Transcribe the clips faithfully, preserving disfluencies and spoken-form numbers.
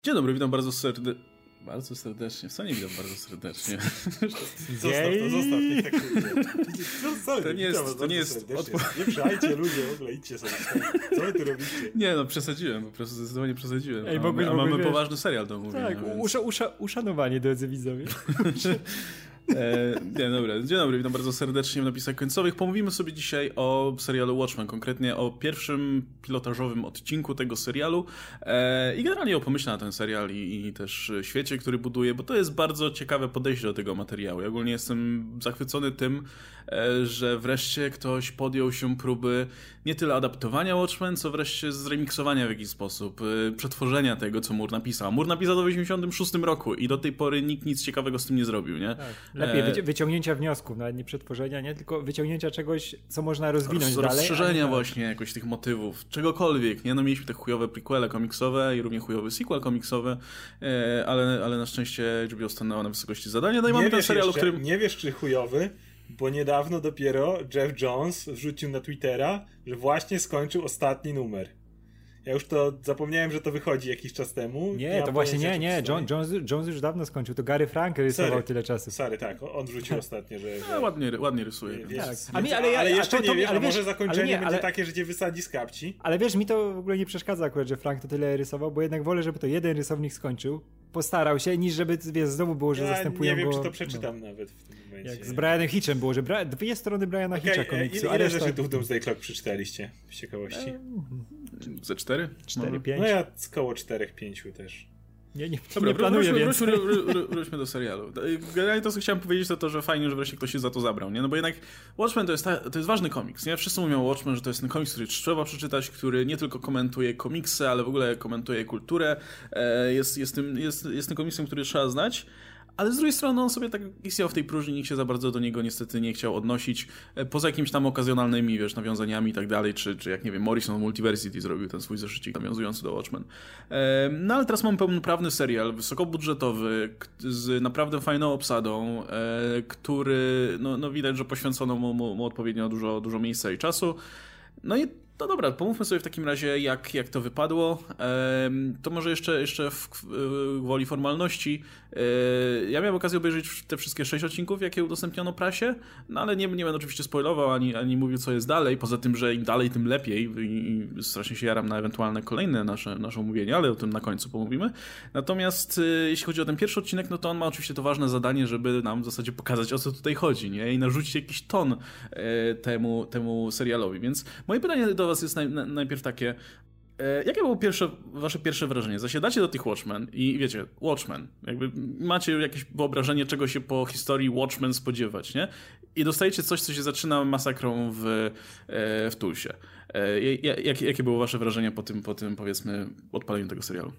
Dzień dobry, witam bardzo serdecznie. Bardzo serdecznie. Co nie witam bardzo serdecznie. Zostaw to, zostaw, niech tak co, To nie jest... To nie, jest odpo- nie przejdzie ludzie, w ogóle idźcie sobie. Co wy tu robicie? Nie no, przesadziłem, po prostu zdecydowanie przesadziłem. Ej, a, mogłeś, a mamy mogłeś, poważny serial do mówienia. Tak, więc... usza, usza, uszanowanie, drodzy widzowie. E, dzień dobry, dzień dobry, witam bardzo serdecznie w napisach końcowych. Pomówimy sobie dzisiaj o serialu Watchmen, konkretnie o pierwszym pilotażowym odcinku tego serialu e, i generalnie o pomyśle na ten serial i, i też świecie, który buduje, bo to jest bardzo ciekawe podejście do tego materiału. Ja ogólnie jestem zachwycony tym, e, że wreszcie ktoś podjął się próby nie tyle adaptowania Watchmen, co wreszcie zremiksowania w jakiś sposób, e, przetworzenia tego, co Moore napisał. Moore napisał to w osiemdziesiątym szóstym roku i do tej pory nikt nic ciekawego z tym nie zrobił, nie? Tak. Lepiej wyci- wyciągnięcia wniosków, nawet nie przetworzenia, nie? Tylko wyciągnięcia czegoś, co można rozwinąć Roz, dalej. Rozszerzenia właśnie jakoś tych motywów, czegokolwiek, nie? No mieliśmy te chujowe prequele komiksowe i równie chujowy sequel komiksowy, e, ale, ale na szczęście H B O stanęło na wysokości zadania. No i mamy ten serial, o którym... Nie wiesz, czy chujowy, bo niedawno dopiero Jeff Jones wrzucił na Twittera, że właśnie skończył ostatni numer. Ja już to zapomniałem, że to wychodzi jakiś czas temu. Nie, ja to właśnie nie, nie. John, Jones, Jones już dawno skończył. To Gary Frank rysował sorry, tyle czasu. Sorry, tak. On wrzucił ostatnio, że... że... No, ładnie, ładnie rysuje. Wiesz, tak. A mi, ale, ja, ale jeszcze to, to, nie wiesz, ale a wiesz, może zakończenie nie, ale, będzie takie, że cię wysadzi z kapci. Ale wiesz, mi to w ogóle nie przeszkadza akurat, że Frank to tyle rysował, bo jednak wolę, żeby to jeden rysownik skończył, postarał się, niż żeby, wiesz, znowu było, że ja zastępują go... nie wiem, go, czy to przeczytam no. nawet w tym momencie. Jak z Brianem Hitchem było, że Bra... dwie strony Briana okay, Hitcha komiksu. Ile, ile zeszytów Doomsday Clock przeczytaliście? Z ciekawości. Ze cztery? Cztery, pięć. No ja koło czterech, pięciu też. Nie, nie, Dobra, nie planuję wróćmy, wróćmy, wróćmy do serialu. Generalnie to, co chciałem powiedzieć, to to, że fajnie, że wreszcie ktoś się za to zabrał, nie? No bo jednak Watchmen to jest, ta, to jest ważny komiks, nie? Wszyscy mówią o Watchmen, że to jest ten komiks, który trzeba przeczytać, który nie tylko komentuje komiksy, ale w ogóle komentuje kulturę. Jest, jest, tym, jest, jest tym komiksem, który trzeba znać. Ale z drugiej strony on sobie tak istniał w tej próżni, nikt się za bardzo do niego niestety nie chciał odnosić, poza jakimiś tam okazjonalnymi, wiesz, nawiązaniami i tak dalej, czy, czy jak nie wiem, Morrison Multiversity zrobił ten swój zeszycik nawiązujący do Watchmen. No ale teraz mamy pełnoprawny serial, wysokobudżetowy, z naprawdę fajną obsadą, który, no, no widać, że poświęcono mu, mu, mu odpowiednio dużo, dużo miejsca i czasu. No i no dobra, pomówmy sobie w takim razie, jak, jak to wypadło. Ehm, to może jeszcze, jeszcze w, w, w woli formalności. Ehm, ja miałem okazję obejrzeć te wszystkie sześć odcinków, jakie udostępniono prasie, no ale nie, nie będę oczywiście spoilował, ani, ani mówił, co jest dalej. Poza tym, że im dalej, tym lepiej i, i strasznie się jaram na ewentualne kolejne nasze, nasze omówienia, ale o tym na końcu pomówimy. Natomiast e, jeśli chodzi o ten pierwszy odcinek, no to on ma oczywiście to ważne zadanie, żeby nam w zasadzie pokazać, o co tutaj chodzi, nie? I narzucić jakiś ton e, temu, temu serialowi. Więc moje pytanie do was jest naj, na, najpierw takie, e, jakie było pierwsze, wasze pierwsze wrażenie? Zasiadacie do tych Watchmen i wiecie, Watchmen, jakby macie jakieś wyobrażenie, czego się po historii Watchmen spodziewać, nie? I dostajecie coś, co się zaczyna masakrą w, e, w Tulsie. E, jak, jakie było wasze wrażenie po tym, po tym, powiedzmy, odpaleniu tego serialu?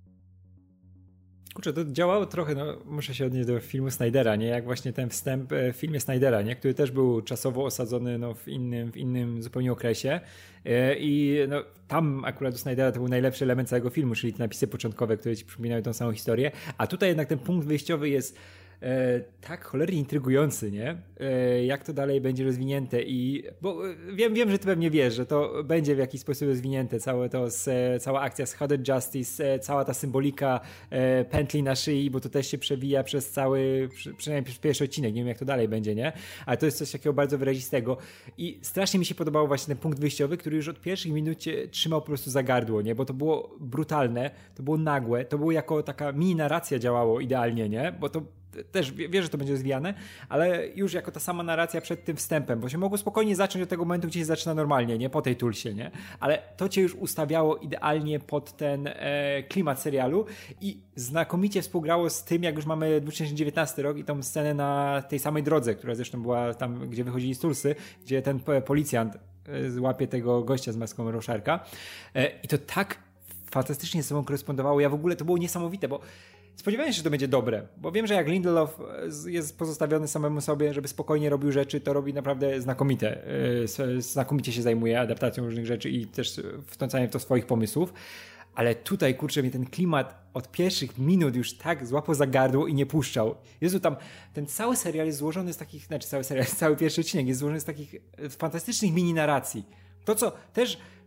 Kurczę, to działało trochę, no muszę się odnieść do filmu Snydera, nie? Jak właśnie ten wstęp w filmie Snydera, nie? Który też był czasowo osadzony no, w innym, w innym zupełnie okresie i no, tam akurat do Snydera to był najlepszy element całego filmu, czyli te napisy początkowe, które ci przypominają tą samą historię, a tutaj jednak ten punkt wyjściowy jest E, tak cholernie intrygujący, nie? E, jak to dalej będzie rozwinięte i bo e, wiem, wiem, że ty pewnie wiesz, że to będzie w jakiś sposób rozwinięte, całe to z, e, cała akcja z Hooded Justice, e, cała ta symbolika e, pętli na szyi, bo to też się przewija przez cały, przy, przynajmniej przez pierwszy odcinek, nie wiem jak to dalej będzie, nie? Ale to jest coś takiego bardzo wyrazistego i strasznie mi się podobał właśnie ten punkt wyjściowy, który już od pierwszych minut cię trzymał po prostu za gardło, nie? Bo to było brutalne, to było nagłe, to było jako taka mini narracja działało idealnie, nie? Bo to też wiesz, że to będzie rozwijane, ale już jako ta sama narracja przed tym wstępem, bo się mogło spokojnie zacząć od tego momentu, gdzie się zaczyna normalnie, nie? Po tej Tulsie, nie? Ale to cię już ustawiało idealnie pod ten e, klimat serialu i znakomicie współgrało z tym, jak już mamy dwa tysiące dziewiętnasty rok i tą scenę na tej samej drodze, która zresztą była tam, gdzie wychodzili z Tulsy, gdzie ten policjant złapie tego gościa z maską Rorschach'a e, i to tak fantastycznie ze sobą korespondowało. Ja w ogóle, to było niesamowite, bo spodziewałem się, że to będzie dobre, bo wiem, że jak Lindelof jest pozostawiony samemu sobie, żeby spokojnie robił rzeczy, to robi naprawdę znakomite. Znakomicie się zajmuje adaptacją różnych rzeczy i też wtrącaniem w to swoich pomysłów. Ale tutaj, kurczę, mnie ten klimat od pierwszych minut już tak złapał za gardło i nie puszczał. Jezu, tam ten cały serial jest złożony z takich, znaczy cały serial, cały pierwszy odcinek jest złożony z takich fantastycznych mini narracji. To, co też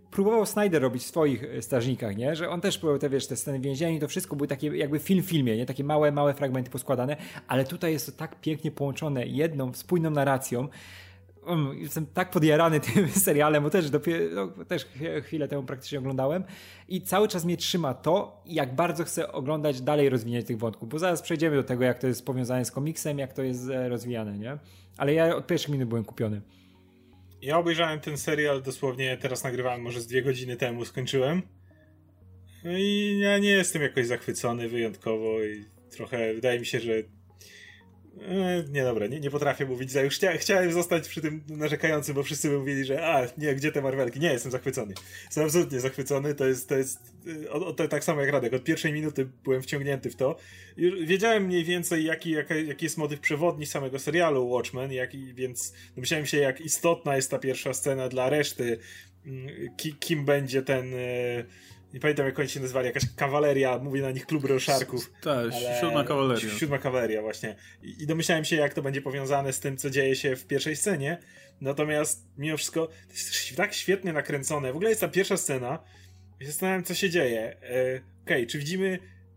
próbował Snyder robić w swoich strażnikach, nie? Że on też próbował te, wiesz, te sceny więzieni, to wszystko były takie jakby film w filmie, nie? Takie małe, małe fragmenty poskładane, ale tutaj jest to tak pięknie połączone jedną, spójną narracją. Um, jestem tak podjarany tym serialem, bo też dopiero, no, też chwilę temu praktycznie oglądałem i cały czas mnie trzyma to, jak bardzo chcę oglądać dalej rozwijać tych wątków, bo zaraz przejdziemy do tego, jak to jest powiązane z komiksem, jak to jest rozwijane, nie? Ale ja od pierwszych minut byłem kupiony. Ja obejrzałem ten serial dosłownie, teraz nagrywałem może z dwie godziny temu, skończyłem. No i ja nie jestem jakoś zachwycony wyjątkowo i trochę wydaje mi się, że e, nie dobra, nie, nie potrafię mówić za już chcia, chciałem zostać przy tym narzekającym, bo wszyscy by mówili, że a, nie, gdzie te Marvelki? Nie, jestem zachwycony. Jestem absolutnie zachwycony, to jest, to jest o, o, to, tak samo jak Radek, od pierwszej minuty byłem wciągnięty w to. Już wiedziałem mniej więcej jaki, jaka, jaki jest motyw przewodni samego serialu Watchmen, jak, więc domyślałem się jak istotna jest ta pierwsza scena dla reszty, ki, kim będzie ten... Nie pamiętam jak oni się nazywali, jakaś kawaleria, mówię na nich klub roszarków. Tak, siódma kawaleria. Siódma kawaleria właśnie. I, I domyślałem się jak to będzie powiązane z tym, co dzieje się w pierwszej scenie. Natomiast mimo wszystko to jest tak świetnie nakręcone. W ogóle jest ta pierwsza scena i zastanawiam co się dzieje. E, Okej, okay, czy widzimy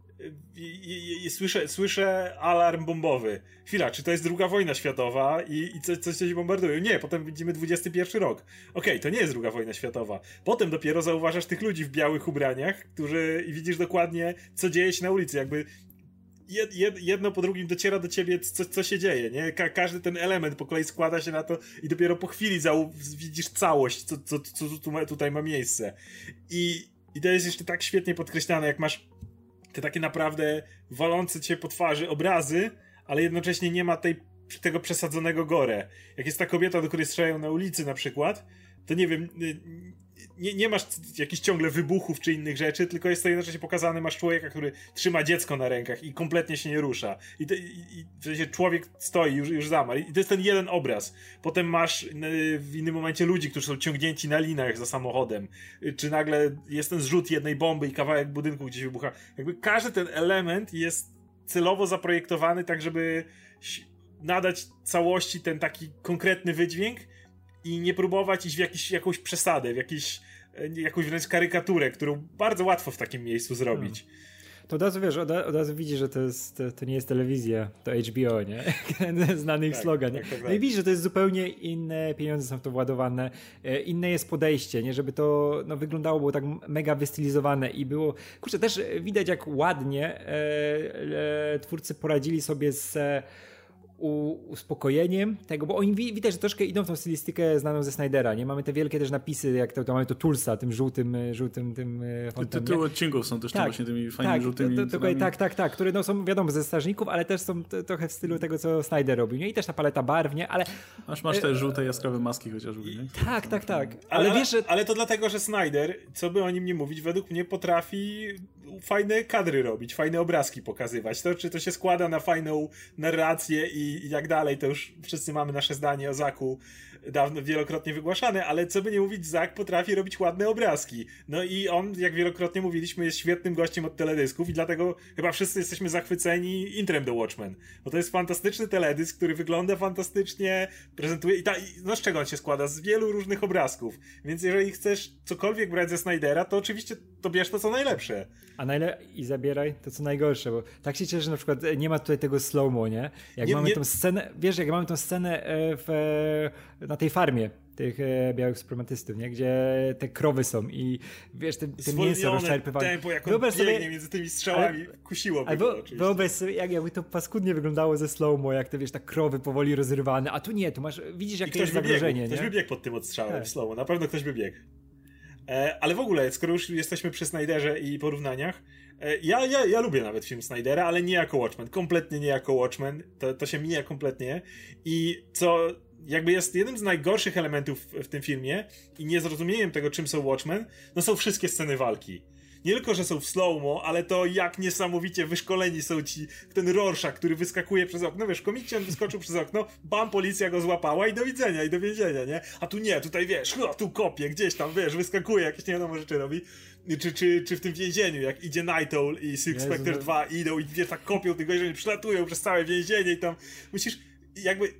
I, i, i słyszę, słyszę alarm bombowy. Chwila, czy to jest druga wojna światowa i, i coś, coś się bombarduje? Nie, potem widzimy dwudziesty pierwszy rok. Okej, okay, to nie jest druga wojna światowa. Potem dopiero zauważasz tych ludzi w białych ubraniach, którzy i widzisz dokładnie, co dzieje się na ulicy. Jakby jed, jed, jedno po drugim dociera do ciebie, co, co się dzieje, nie? Ka każdy ten element po kolei składa się na to i dopiero po chwili widzisz całość, co, co, co tu ma, tutaj ma miejsce. I, I to jest jeszcze tak świetnie podkreślane, jak masz te takie naprawdę walące cię po twarzy obrazy, ale jednocześnie nie ma tej, tego przesadzonego gore. Jak jest ta kobieta, do której strzelają na ulicy na przykład, to nie wiem, nie, nie masz jakichś ciągle wybuchów czy innych rzeczy, tylko jest to jednocześnie pokazane, masz człowieka, który trzyma dziecko na rękach i kompletnie się nie rusza. I, to, i, i w sensie człowiek stoi, już, już zamarł. I to jest ten jeden obraz. Potem masz w innym momencie ludzi, którzy są ciągnięci na linach za samochodem. Czy nagle jest ten zrzut jednej bomby i kawałek budynku gdzieś wybucha. Jakby każdy ten element jest celowo zaprojektowany tak, żeby nadać całości ten taki konkretny wydźwięk i nie próbować iść w jakiś, jakąś przesadę, w jakiś, jakąś wręcz karykaturę, którą bardzo łatwo w takim miejscu zrobić. Hmm. To od razu wiesz, od, od razu widzisz, że to, jest, to, to nie jest telewizja, to H B O, nie? Znany ich tak, slogan. Tak, tak, tak. No i widzisz, że to jest zupełnie inne pieniądze są w to władowane, inne jest podejście, nie? Żeby to no, wyglądało, było tak mega wystylizowane i było, kurczę, też widać jak ładnie e, e, twórcy poradzili sobie z e, uspokojeniem tego, bo oni widać, że troszkę idą w tą stylistykę znaną ze Snydera, nie? Mamy te wielkie też napisy, jak to, to mamy to Tulsa, tym żółtym, żółtym tym fontem. Tytuły odcinków są też tak, właśnie tymi fajnymi tak, żółtymi. To, to, to, tak, tak, tak, które no, są wiadomo ze strażników, ale też są t- trochę w stylu tego, co Snyder robił, nie? I też ta paleta barw, nie? Ale... Masz, masz te żółte, jaskrawe maski chociażby, nie? Tak, tak, tak. Ale, ale wiesz, że... ale to dlatego, że Snyder, co by o nim nie mówić, według mnie potrafi fajne kadry robić, fajne obrazki pokazywać. To, czy to się składa na fajną narrację i, i tak dalej, to już wszyscy mamy nasze zdanie o Zaku dawno, wielokrotnie wygłaszane, ale co by nie mówić, Zak potrafi robić ładne obrazki. No i on, jak wielokrotnie mówiliśmy, jest świetnym gościem od teledysków i dlatego chyba wszyscy jesteśmy zachwyceni intrem do Watchmen. Bo to jest fantastyczny teledysk, który wygląda fantastycznie, prezentuje i, ta, i no z czego on się składa? Z wielu różnych obrazków. Więc jeżeli chcesz cokolwiek brać ze Snydera, to oczywiście to bierz to co najlepsze. A najle- i zabieraj to co najgorsze, bo tak się cieszę, że na przykład nie ma tutaj tego slow-mo, nie? Jak nie, mamy nie... tą scenę, wiesz, jak mamy tą scenę w, na tej farmie tych białych suprematystów, nie? Gdzie te krowy są i wiesz, te, te mięso rozczerpywane. Tempo, jak on biegnie sobie... między tymi strzałami, ale... kusiłoby ale go wo... oczywiście. Wyobraź sobie, jak, jakby to paskudnie wyglądało ze slow-mo, jak te, wiesz, ta krowy powoli rozrywane, a tu nie, tu masz, widzisz jakie jest zagrożenie, nie? Ktoś by biegł pod tym odstrzałem tak. w slow-mo, na pewno ktoś by biegł. E, ale w ogóle, skoro już jesteśmy przy Snyderze i porównaniach, e, ja, ja, ja lubię nawet film Snydera, ale nie jako Watchmen, kompletnie nie jako Watchmen, to, to się mija kompletnie i co jakby jest jednym z najgorszych elementów w, w tym filmie i niezrozumieniem tego, czym są Watchmen, no są wszystkie sceny walki. Nie tylko, że są w slow-mo, ale to jak niesamowicie wyszkoleni są ci, ten Rorschach, który wyskakuje przez okno, wiesz, w komiksie on wyskoczył przez okno, bam, policja go złapała i do widzenia, i do więzienia, nie? A tu nie, tutaj wiesz, a tu kopie, gdzieś tam, wiesz, wyskakuje, jakieś nie wiadomo rzeczy robi. Czy, czy, czy w tym więzieniu, jak idzie Night Owl i Silk Spectre dwa idą i wiesz, tak kopią tych więzień, przylatują przez całe więzienie i tam musisz jakby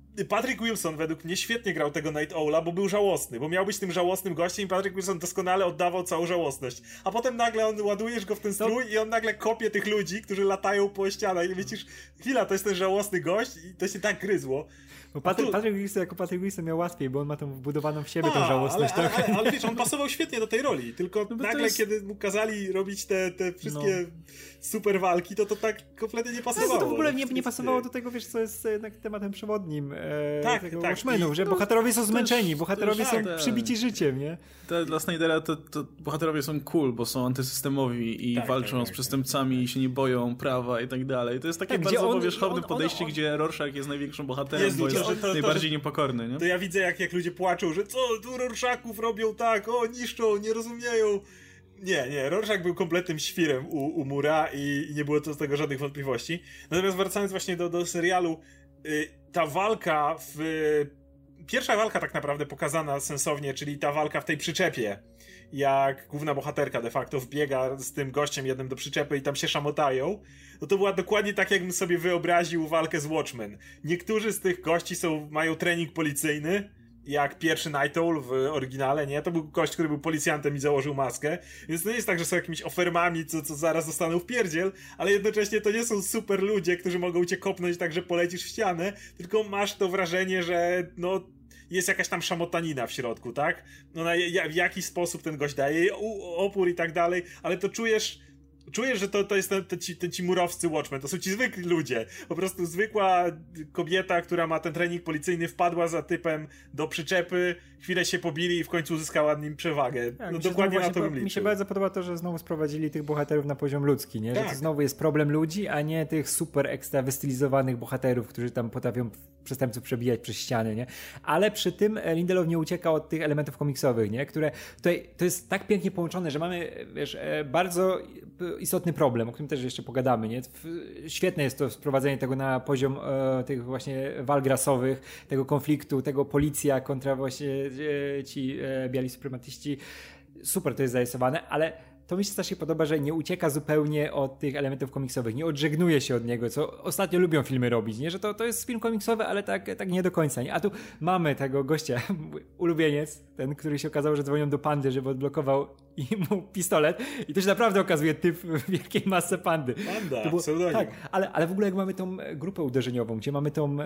Patrick Wilson według mnie świetnie grał tego Night Owla, bo był żałosny, bo miał być tym żałosnym gościem i Patrick Wilson doskonale oddawał całą żałosność. A potem nagle on, ładujesz go w ten strój no. i on nagle kopie tych ludzi, którzy latają po ścianach i myślisz, chwila, to jest ten żałosny gość i to się tak gryzło. Bo Patryk, tu... Patrick Wilson jako Patrick Wilson miał łatwiej, bo on ma tą wbudowaną w siebie A, tą żałosność. Ale, ale, ale, ale wiesz, on pasował świetnie do tej roli, tylko no nagle jest... kiedy mu kazali robić te, te wszystkie no. super walki, to to tak kompletnie nie pasowało. No, to w ogóle nie, nie pasowało do tego, wiesz, co jest jednak tematem przewodnim e, tak, tego tak. Watchmenów, że no, bohaterowie są zmęczeni, bohaterowie są tak, przybici życiem, nie? To, dla Snydera to, to bohaterowie są cool, bo są antysystemowi i tak, walczą tak, z tak, przestępcami tak. i się nie boją prawa i tak dalej. To jest takie tak, bardzo powierzchowne podejście, on, on, gdzie Rorschach jest największą bohaterem, jest, bo jest to, to, najbardziej to, niepokorny, nie? To ja widzę, jak, jak ludzie płaczą, że co, tu Rorschaków robią tak, o, niszczą, nie rozumieją. Nie, nie, Rorschach był kompletnym świrem u, u Mura i, i nie było to z tego żadnych wątpliwości. Natomiast wracając właśnie do, do serialu, y, ta walka w... Pierwsza walka tak naprawdę pokazana sensownie, czyli ta walka w tej przyczepie, jak główna bohaterka de facto wbiega z tym gościem jednym do przyczepy i tam się szamotają, no to była dokładnie tak, jakbym sobie wyobraził walkę z Watchmen. Niektórzy z tych gości są, mają trening policyjny, jak pierwszy Night Owl w oryginale, nie? To był gość, który był policjantem i założył maskę, więc to nie jest tak, że są jakimiś ofermami, co, co zaraz dostaną w pierdziel, ale jednocześnie to nie są super ludzie, którzy mogą cię kopnąć tak, że polecisz w ścianę, tylko masz to wrażenie, że no jest jakaś tam szamotanina w środku, tak? No na w jaki sposób ten gość daje jej opór i tak dalej, ale to czujesz Czujesz, że to, to jest ten, ten, ci, ten ci murowscy Watchmen, to są ci zwykli ludzie. Po prostu zwykła kobieta, która ma ten trening policyjny, wpadła za typem do przyczepy, chwilę się pobili i w końcu uzyskała nad nim przewagę. Tak, no dokładnie na to bym liczył. Mi się bardzo podoba to, że znowu sprowadzili tych bohaterów na poziom ludzki, nie? Że tak. to znowu jest problem ludzi, a nie tych super ekstra wystylizowanych bohaterów, którzy tam potrafią przestępców przebijać przez ściany, nie? Ale przy tym Lindelof nie ucieka od tych elementów komiksowych, nie? Które tutaj, to jest tak pięknie połączone, że mamy, wiesz, bardzo istotny problem, o którym też jeszcze pogadamy, nie? Świetne jest to sprowadzenie tego na poziom e, tych właśnie walk rasowych, tego konfliktu, tego policja kontra właśnie e, ci e, biali suprematyści. Super to jest zarysowane, ale to mi się strasznie podoba, że nie ucieka zupełnie od tych elementów komiksowych, nie odżegnuje się od niego, co ostatnio lubią filmy robić, nie? Że to, to jest film komiksowy, ale tak, tak nie do końca, nie? A tu mamy tego gościa, ulubieniec, ten, który się okazało, że dzwonią do Pandy, żeby odblokował i mu pistolet i to się naprawdę okazuje typ w wielkiej masce Pandy. Panda, to było, pseudonim. Tak, ale, ale w ogóle jak mamy tą grupę uderzeniową, gdzie mamy tą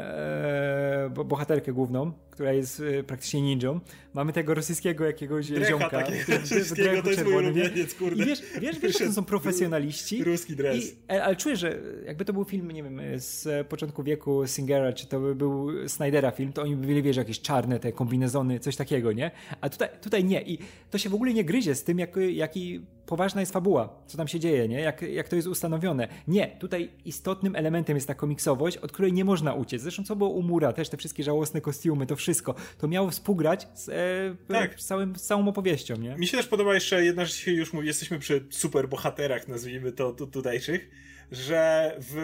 e, bohaterkę główną, która jest e, praktycznie ninją, mamy tego rosyjskiego jakiegoś Drecha ziomka. Takiego rosyjskiego, to jest mój ulubieniec, kurde. I wiesz, wiesz, wiesz, że to są profesjonaliści. Ruski dres. I, ale czuję, że jakby to był film, nie wiem, z początku wieku Singera, czy to by był Snydera film, to oni by byli, wiesz, jakieś czarne te kombinezony, coś takiego, nie? A tutaj, tutaj nie. I to się w ogóle nie gryzie z tym, jak, jaki poważna jest fabuła, co tam się dzieje, nie? Jak, jak to jest ustanowione. Nie, tutaj istotnym elementem jest ta komiksowość, od której nie można uciec. Zresztą co było u Mura, też te wszystkie żałosne kostiumy, to wszystko, to miało współgrać z, e, tak. z, całym, z całą opowieścią, nie? Mi się też podoba jeszcze jedna rzecz, już mówię, jesteśmy przy super bohaterach, nazwijmy to tu, tutejszych, że w...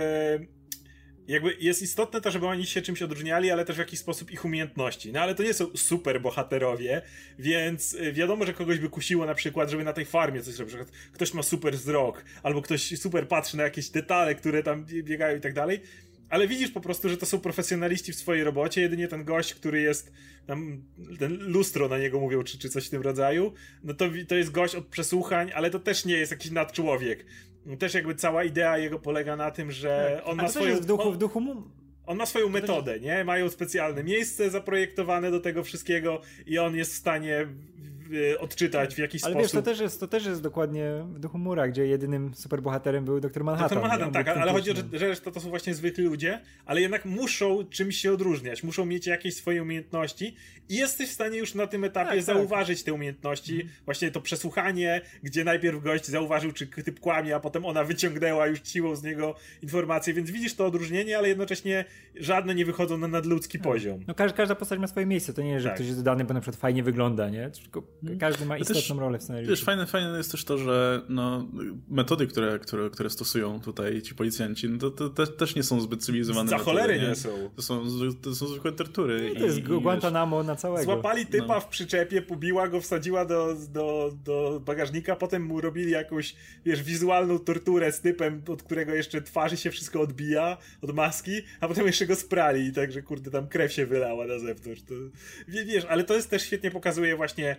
jakby jest istotne to, żeby oni się czymś odróżniali, ale też w jakiś sposób ich umiejętności. No ale to nie są super bohaterowie, więc wiadomo, że kogoś by kusiło na przykład, żeby na tej farmie coś zrobić. Ktoś ma super wzrok, albo ktoś super patrzy na jakieś detale, które tam biegają i tak dalej. Ale widzisz po prostu, że to są profesjonaliści w swojej robocie, jedynie ten gość, który jest tam, ten lustro na niego mówią, czy, czy coś w tym rodzaju, no to, to jest gość od przesłuchań, ale to też nie jest jakiś nadczłowiek. Też jakby cała idea jego polega na tym, że tak. on A ma to swoją... Jest w duchu, w duchu mu... On ma swoją metodę, nie? Mają specjalne miejsce zaprojektowane do tego wszystkiego i on jest w stanie odczytać w jakiś ale sposób. Ale wiesz, to też, jest, to też jest dokładnie w duchu Mura, gdzie jedynym superbohaterem był doktor Manhattan. doktor Manhattan, tak, ale chodzi o to, że reszta to są właśnie zwykli ludzie, ale jednak muszą czymś się odróżniać, muszą mieć jakieś swoje umiejętności i jesteś w stanie już na tym etapie tak, zauważyć tak. te umiejętności, mhm. właśnie to przesłuchanie, gdzie najpierw gość zauważył, czy typ kłamie, a potem ona wyciągnęła już siłą z niego informacje, więc widzisz to odróżnienie, ale jednocześnie żadne nie wychodzą na nadludzki no. poziom. No każda, każda postać ma swoje miejsce, to nie jest, że tak. ktoś jest dodany, bo na przykład fajnie wygląda, nie? Tylko Każdy ma istotną też, rolę w scenariuszu. Wiesz, fajne, fajne jest też to, że no, metody, które, które, które stosują tutaj ci policjanci, no to, to, to też nie są zbyt cywilizowane. Za metody, cholery nie? nie są. To są, to są zwykłe tortury. No to jest i, Guantanamo na całego. Złapali typa no. w przyczepie, pobiła go, wsadziła do, do, do bagażnika, potem mu robili jakąś, wiesz, wizualną torturę z typem, od którego jeszcze twarzy się wszystko odbija, od maski, a potem jeszcze go sprali i także, kurde, tam krew się wylała na zewnątrz. To, wiesz, ale to jest też świetnie pokazuje właśnie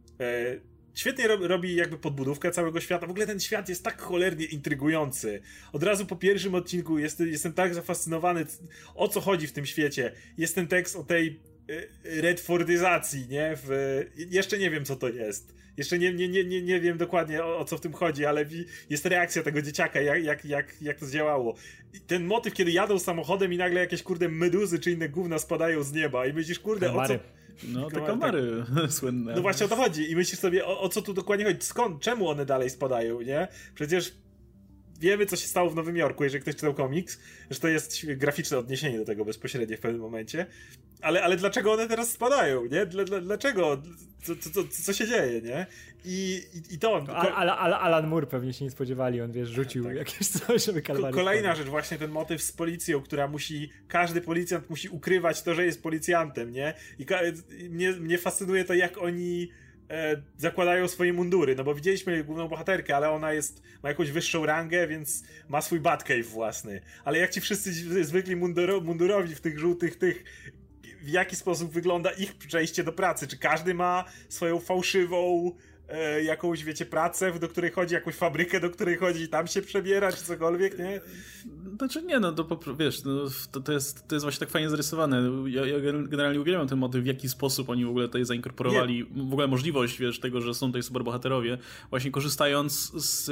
e, świetnie ro, robi jakby podbudówkę całego świata. W ogóle ten świat jest tak cholernie intrygujący. Od razu po pierwszym odcinku jest, jestem tak zafascynowany, o co chodzi w tym świecie. Jest ten tekst o tej e, redfordyzacji, nie? W, jeszcze nie wiem, co to jest. Jeszcze nie, nie, nie, nie, nie wiem dokładnie, o, o co w tym chodzi, ale jest reakcja tego dzieciaka, jak, jak, jak, jak to zdziałało. I ten motyw, kiedy jadą samochodem i nagle jakieś, kurde, meduzy czy inne gówna spadają z nieba i myślisz, kurde, Komary. o co... No, te komary tak. słynne. No właśnie o to chodzi i myślisz sobie, o, o co tu dokładnie chodzi, skąd, czemu one dalej spadają, nie? Przecież wiemy, co się stało w Nowym Jorku, jeżeli ktoś czytał komiks, że to jest graficzne odniesienie do tego bezpośrednie w pewnym momencie. Ale, ale dlaczego one teraz spadają, nie? Dla, dla, dlaczego? Co, co, co, co się dzieje, nie? I, i, i to on... Ale, ale, ale Alan Moore pewnie się nie spodziewali, on wiesz, rzucił tak. jakieś coś, żeby Kalwarię Kolejna spadł. rzecz, właśnie ten motyw z policją, która musi, każdy policjant musi ukrywać to, że jest policjantem, nie? I ka- mnie, mnie fascynuje to, jak oni e, zakładają swoje mundury, no bo widzieliśmy główną bohaterkę, ale ona jest, ma jakąś wyższą rangę, więc ma swój Batcave własny. Ale jak ci wszyscy zwykli munduro, mundurowi w tych żółtych, tych w jaki sposób wygląda ich przejście do pracy? Czy każdy ma swoją fałszywą e, jakąś, wiecie, pracę, do której chodzi, jakąś fabrykę, do której chodzi i tam się przebiera, czy cokolwiek, nie? Znaczy nie, no to wiesz, no, to, to, jest, to jest właśnie tak fajnie zarysowane. Ja, ja generalnie uwielbiam ten motyw, w jaki sposób oni w ogóle tutaj zainkorporowali nie. w ogóle możliwość, wiesz, tego, że są tutaj superbohaterowie, właśnie korzystając z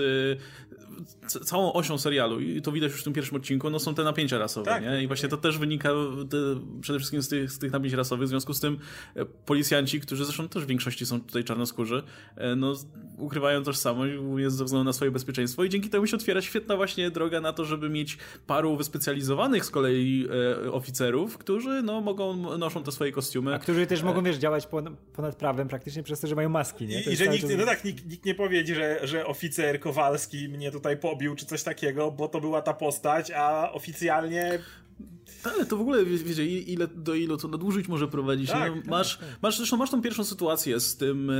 c- całą osią serialu i to widać już w tym pierwszym odcinku, no są te napięcia rasowe, tak, nie? I właśnie to też wynika te, przede wszystkim z tych, z tych napięć rasowych, w związku z tym policjanci, którzy zresztą też w większości są tutaj czarnoskórzy, no ukrywają tożsamość ze względu na swoje bezpieczeństwo i dzięki temu się otwiera świetna właśnie droga na to, żeby mieć paru wyspecjalizowanych z kolei e, oficerów, którzy no mogą, noszą te swoje kostiumy. A którzy też mogą, wiesz, działać ponad, ponad prawem praktycznie przez to, że mają maski, nie? To I, i że nikt, czas... no tak, nikt, nikt nie powie, że, że oficer Kowalski mnie tutaj pobił, czy coś takiego, bo to była ta postać, a oficjalnie... Ale to w ogóle, wiecie, ile, do ilu to nadużyć może prowadzić. Tak, no, tak, masz, tak. masz, zresztą masz tą pierwszą sytuację z tym,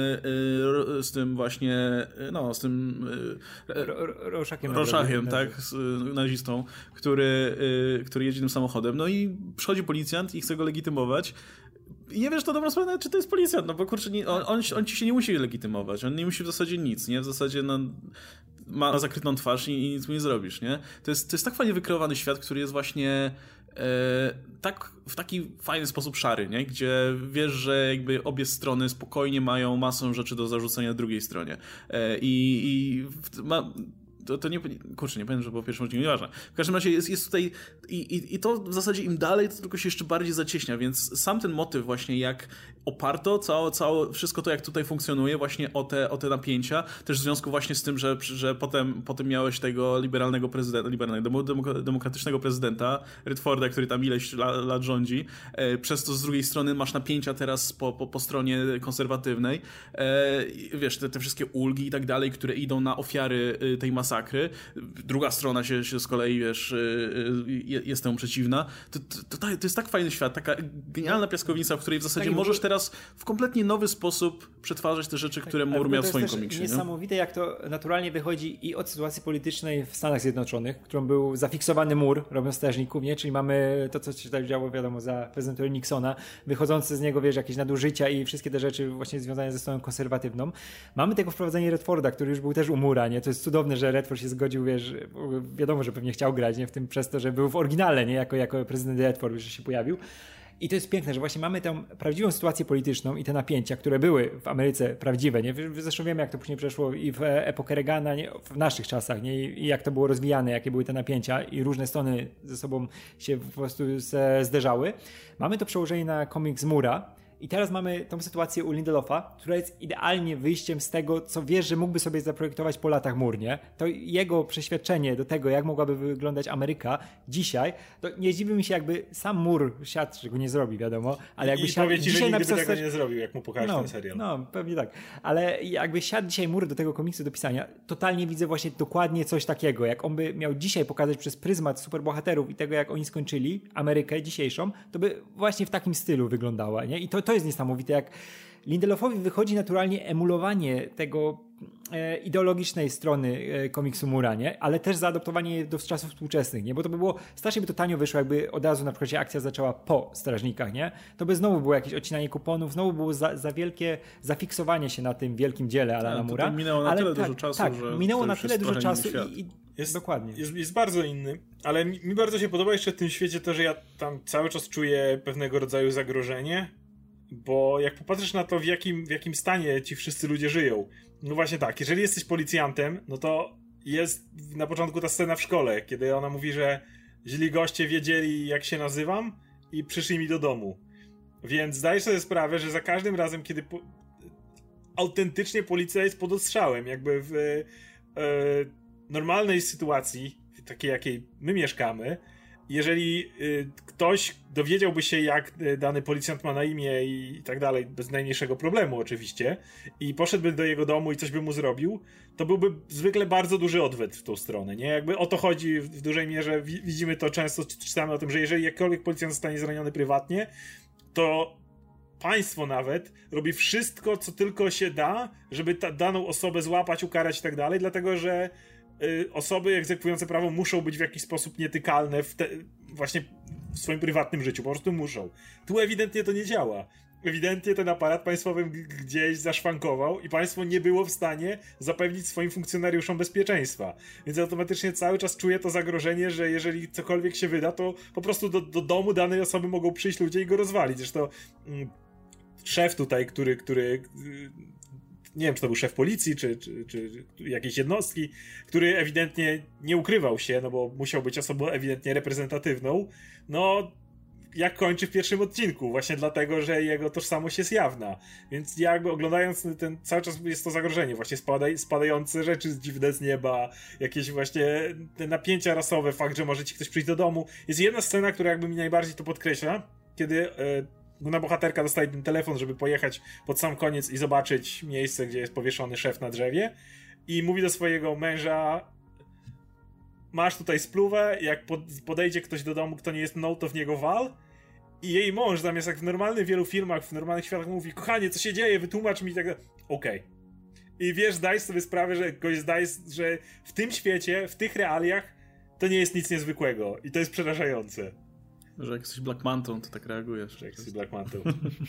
z tym właśnie, no, z tym Roszakiem, Roszakiem, tak, z nazistą, który, który jedzie tym samochodem. No i przychodzi policjant i chce go legitymować. I nie wiesz, to dobrą sprawę, czy to jest policjant, no bo kurczę, nie, on, on, on ci się nie musi legitymować, on nie musi w zasadzie nic, nie? W zasadzie no, ma zakrytą twarz i, i nic mu nie zrobisz, nie? To jest, to jest tak fajnie wykreowany świat, który jest właśnie e, tak, w taki fajny sposób szary, nie? Gdzie wiesz, że jakby obie strony spokojnie mają masę rzeczy do zarzucenia drugiej stronie. E, I i ma... To, to nie, kurczę, nie powiem, że było pierwszym odcinku, nieważne. W każdym razie jest, jest tutaj i, i, i to w zasadzie im dalej, to tylko się jeszcze bardziej zacieśnia, więc sam ten motyw właśnie, jak oparto całe, całe wszystko to, jak tutaj funkcjonuje właśnie o te, o te napięcia, też w związku właśnie z tym, że, że potem, potem miałeś tego liberalnego prezydenta, liberalnego, demokratycznego prezydenta Redforda, który tam ileś lat, lat rządzi, e, przez to z drugiej strony masz napięcia teraz po, po, po stronie konserwatywnej, e, wiesz, te, te wszystkie ulgi i tak dalej, które idą na ofiary tej masakry. Druga strona się, się z kolei, wiesz, jest temu przeciwna. To, to, to, to jest tak fajny świat, taka genialna piaskownica, w której w zasadzie tak, możesz teraz w kompletnie nowy sposób przetwarzać te rzeczy, tak, które Moore miał w swoim komiksie. To jest niesamowite, nie? Jak to naturalnie wychodzi i od sytuacji politycznej w Stanach Zjednoczonych, którą był zafiksowany Moore, robiąc strażników, nie? Czyli mamy to, co się tak działo, wiadomo, za prezydentem Nixona, wychodzące z niego, wiesz, jakieś nadużycia i wszystkie te rzeczy właśnie związane ze stroną konserwatywną. Mamy tego wprowadzenie Redforda, który już był też u Moore'a, nie? To jest cudowne, że Redford się zgodził, wiesz, wiadomo, że pewnie chciał grać, nie? W tym przez to, że był w oryginale, nie? Jako, jako prezydent Redford, że się pojawił. I to jest piękne, że właśnie mamy tę prawdziwą sytuację polityczną i te napięcia, które były w Ameryce prawdziwe, nie? Zresztą wiemy, jak to później przeszło i w epokę Reagana, nie? W naszych czasach, nie? I jak to było rozwijane, jakie były te napięcia i różne strony ze sobą się po prostu zderzały. Mamy to przełożenie na komiks Moore'a I teraz mamy tą sytuację u Lindelofa, która jest idealnie wyjściem z tego, co wiesz, że mógłby sobie zaprojektować po latach mur, nie? To jego przeświadczenie do tego, jak mogłaby wyglądać Ameryka dzisiaj, to nie dziwi mi się, jakby sam mur siadł, że go nie zrobi, wiadomo, ale jakby I siadł... powie ci, dzisiaj że nigdy napisał by tego też... nie zrobił, jak mu pokażesz no, ten serial. No, pewnie tak. Ale jakby siadł dzisiaj mur do tego komiksu do pisania, totalnie widzę właśnie dokładnie coś takiego. Jak on by miał dzisiaj pokazać przez pryzmat superbohaterów i tego, jak oni skończyli Amerykę dzisiejszą, to by właśnie w takim stylu wyglądała, nie? I to, to jest niesamowite, jak Lindelofowi wychodzi naturalnie emulowanie tego e, ideologicznej strony e, komiksu Mura, nie? Ale też zaadoptowanie je do czasów współczesnych, nie? Bo to by było, strasznie by to tanio wyszło, jakby od razu na przykład się akcja zaczęła po Strażnikach, nie? To by znowu było jakieś odcinanie kuponów, znowu było za, za wielkie zafiksowanie się na tym wielkim dziele Alana Mura. To minęło na ale tyle tak, dużo czasu, tak, że minęło to na już tyle jest dużo trochę czasu inny i, i Jest, dokładnie. Jest, jest bardzo inny, ale mi, mi bardzo się podoba jeszcze w tym świecie to, że ja tam cały czas czuję pewnego rodzaju zagrożenie, bo jak popatrzysz na to, w jakim, w jakim stanie ci wszyscy ludzie żyją, no właśnie tak, jeżeli jesteś policjantem, no to jest na początku ta scena w szkole, kiedy ona mówi, że źli goście wiedzieli, jak się nazywam i przyszli mi do domu. Więc zdajesz sobie sprawę, że za każdym razem, kiedy po... autentycznie policja jest pod ostrzałem, jakby w e, normalnej sytuacji, takiej jakiej my mieszkamy, jeżeli y, ktoś dowiedziałby się, jak y, dany policjant ma na imię i, i tak dalej, bez najmniejszego problemu oczywiście, i poszedłby do jego domu i coś by mu zrobił, to byłby zwykle bardzo duży odwet w tą stronę, nie? Jakby o to chodzi w, w dużej mierze, wi- widzimy to często, czytamy o tym, że jeżeli jakkolwiek policjant zostanie zraniony prywatnie, to państwo nawet robi wszystko, co tylko się da, żeby ta, daną osobę złapać, ukarać i tak dalej, dlatego że y, osoby egzekwujące prawo muszą być w jakiś sposób nietykalne w te, właśnie w swoim prywatnym życiu, po prostu muszą. Tu ewidentnie to nie działa. Ewidentnie ten aparat państwowy gdzieś zaszwankował i państwo nie było w stanie zapewnić swoim funkcjonariuszom bezpieczeństwa. Więc automatycznie cały czas czuję to zagrożenie, że jeżeli cokolwiek się wyda, to po prostu do, do domu danej osoby mogą przyjść ludzie i go rozwalić. Zresztą mm, szef tutaj, który, który nie wiem, czy to był szef policji, czy, czy, czy jakiejś jednostki, który ewidentnie nie ukrywał się, no bo musiał być osobą ewidentnie reprezentatywną, no jak kończy w pierwszym odcinku, właśnie dlatego, że jego tożsamość jest jawna. Więc jakby oglądając ten, cały czas jest to zagrożenie, właśnie spadaj, spadające rzeczy dziwne z nieba, jakieś właśnie te napięcia rasowe, fakt, że może ci ktoś przyjść do domu. Jest jedna scena, która jakby mi najbardziej to podkreśla, kiedy e, główna bohaterka dostaje ten telefon, żeby pojechać pod sam koniec i zobaczyć miejsce, gdzie jest powieszony szef na drzewie, i mówi do swojego męża: masz tutaj spluwę, jak podejdzie ktoś do domu, kto nie jest mną, to w niego wal. I jej mąż, zamiast jak w normalnych wielu filmach, w normalnych światach, mówi: kochanie, co się dzieje, wytłumacz mi i tak dalej. Okej. Okay. I wiesz, zdajesz sobie sprawę, że goś zdajesz, że w tym świecie, w tych realiach to nie jest nic niezwykłego. I to jest przerażające. Że jak jesteś Black Mantą, to tak reagujesz. Że jak jesteś Black Mantą.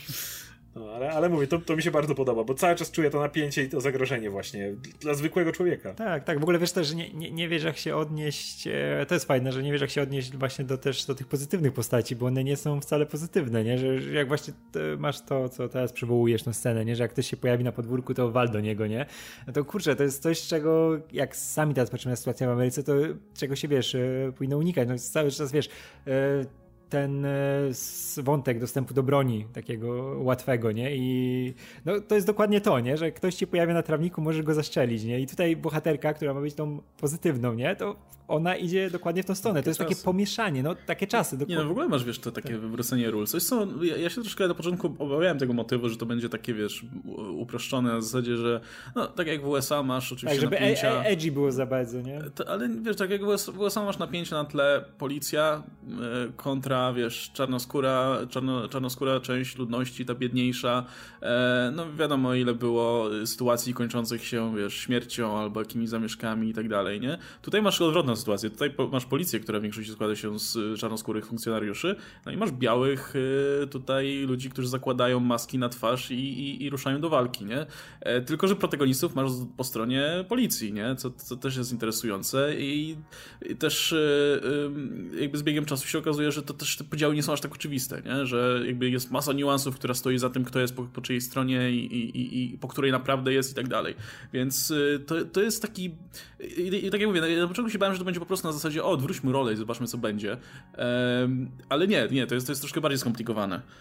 No, ale, ale mówię, to, to mi się bardzo podoba, bo cały czas czuję to napięcie i to zagrożenie właśnie dla zwykłego człowieka. Tak, tak. W ogóle wiesz też, że nie, nie, nie wiesz, jak się odnieść, e, to jest fajne, że nie wiesz, jak się odnieść właśnie do też do tych pozytywnych postaci, bo one nie są wcale pozytywne, nie? Że, że jak właśnie masz to, co teraz przywołujesz, tą scenę, nie? Że jak ktoś się pojawi na podwórku, to wal do niego, nie? No to kurczę, to jest coś, czego jak sami teraz patrzymy na sytuację w Ameryce, to czego się, wiesz, e, powinno unikać. No cały czas, wiesz, e, ten wątek dostępu do broni takiego łatwego, nie? I no, to jest dokładnie to, nie? Że ktoś ci pojawia na trawniku, możesz go zastrzelić, nie? I tutaj bohaterka, która ma być tą pozytywną, nie? To ona idzie dokładnie w tą stronę. Takie to jest czasy. Takie pomieszanie, no takie czasy. Dokładnie. Nie, no w ogóle masz, wiesz, to takie tak. wywrócenie ról. Coś są, ja, ja się troszkę na początku obawiałem tego motywu, że to będzie takie, wiesz, uproszczone na zasadzie, że no, tak jak w U S A masz oczywiście tak, żeby napięcia... E- edgy było za bardzo, nie? To, ale wiesz, tak jak w U S A masz napięcie na tle policja e, kontra, wiesz, czarnoskóra, czarno, czarnoskóra część ludności, ta biedniejsza. E, no wiadomo, ile było sytuacji kończących się, wiesz, śmiercią albo jakimiś zamieszkami i tak dalej, nie? Tutaj masz odwrotną sytuację. Tutaj po, masz policję, która w większości składa się z czarnoskórych funkcjonariuszy, no i masz białych e, tutaj ludzi, którzy zakładają maski na twarz i, i, i ruszają do walki, nie? E, tylko, że protagonistów masz po stronie policji, nie? Co, co też jest interesujące i, i też e, e, jakby z biegiem czasu się okazuje, że to też te podziały nie są aż tak oczywiste, nie? Że jakby jest masa niuansów, która stoi za tym, kto jest po, po czyjej stronie i, i, i po której naprawdę jest i tak dalej. Więc to, to jest taki... I, i tak jak mówię, na początku się bałem, że to będzie po prostu na zasadzie: o, odwróćmy rolę i zobaczmy, co będzie. Um, ale nie, nie, to jest, to jest troszkę bardziej skomplikowane.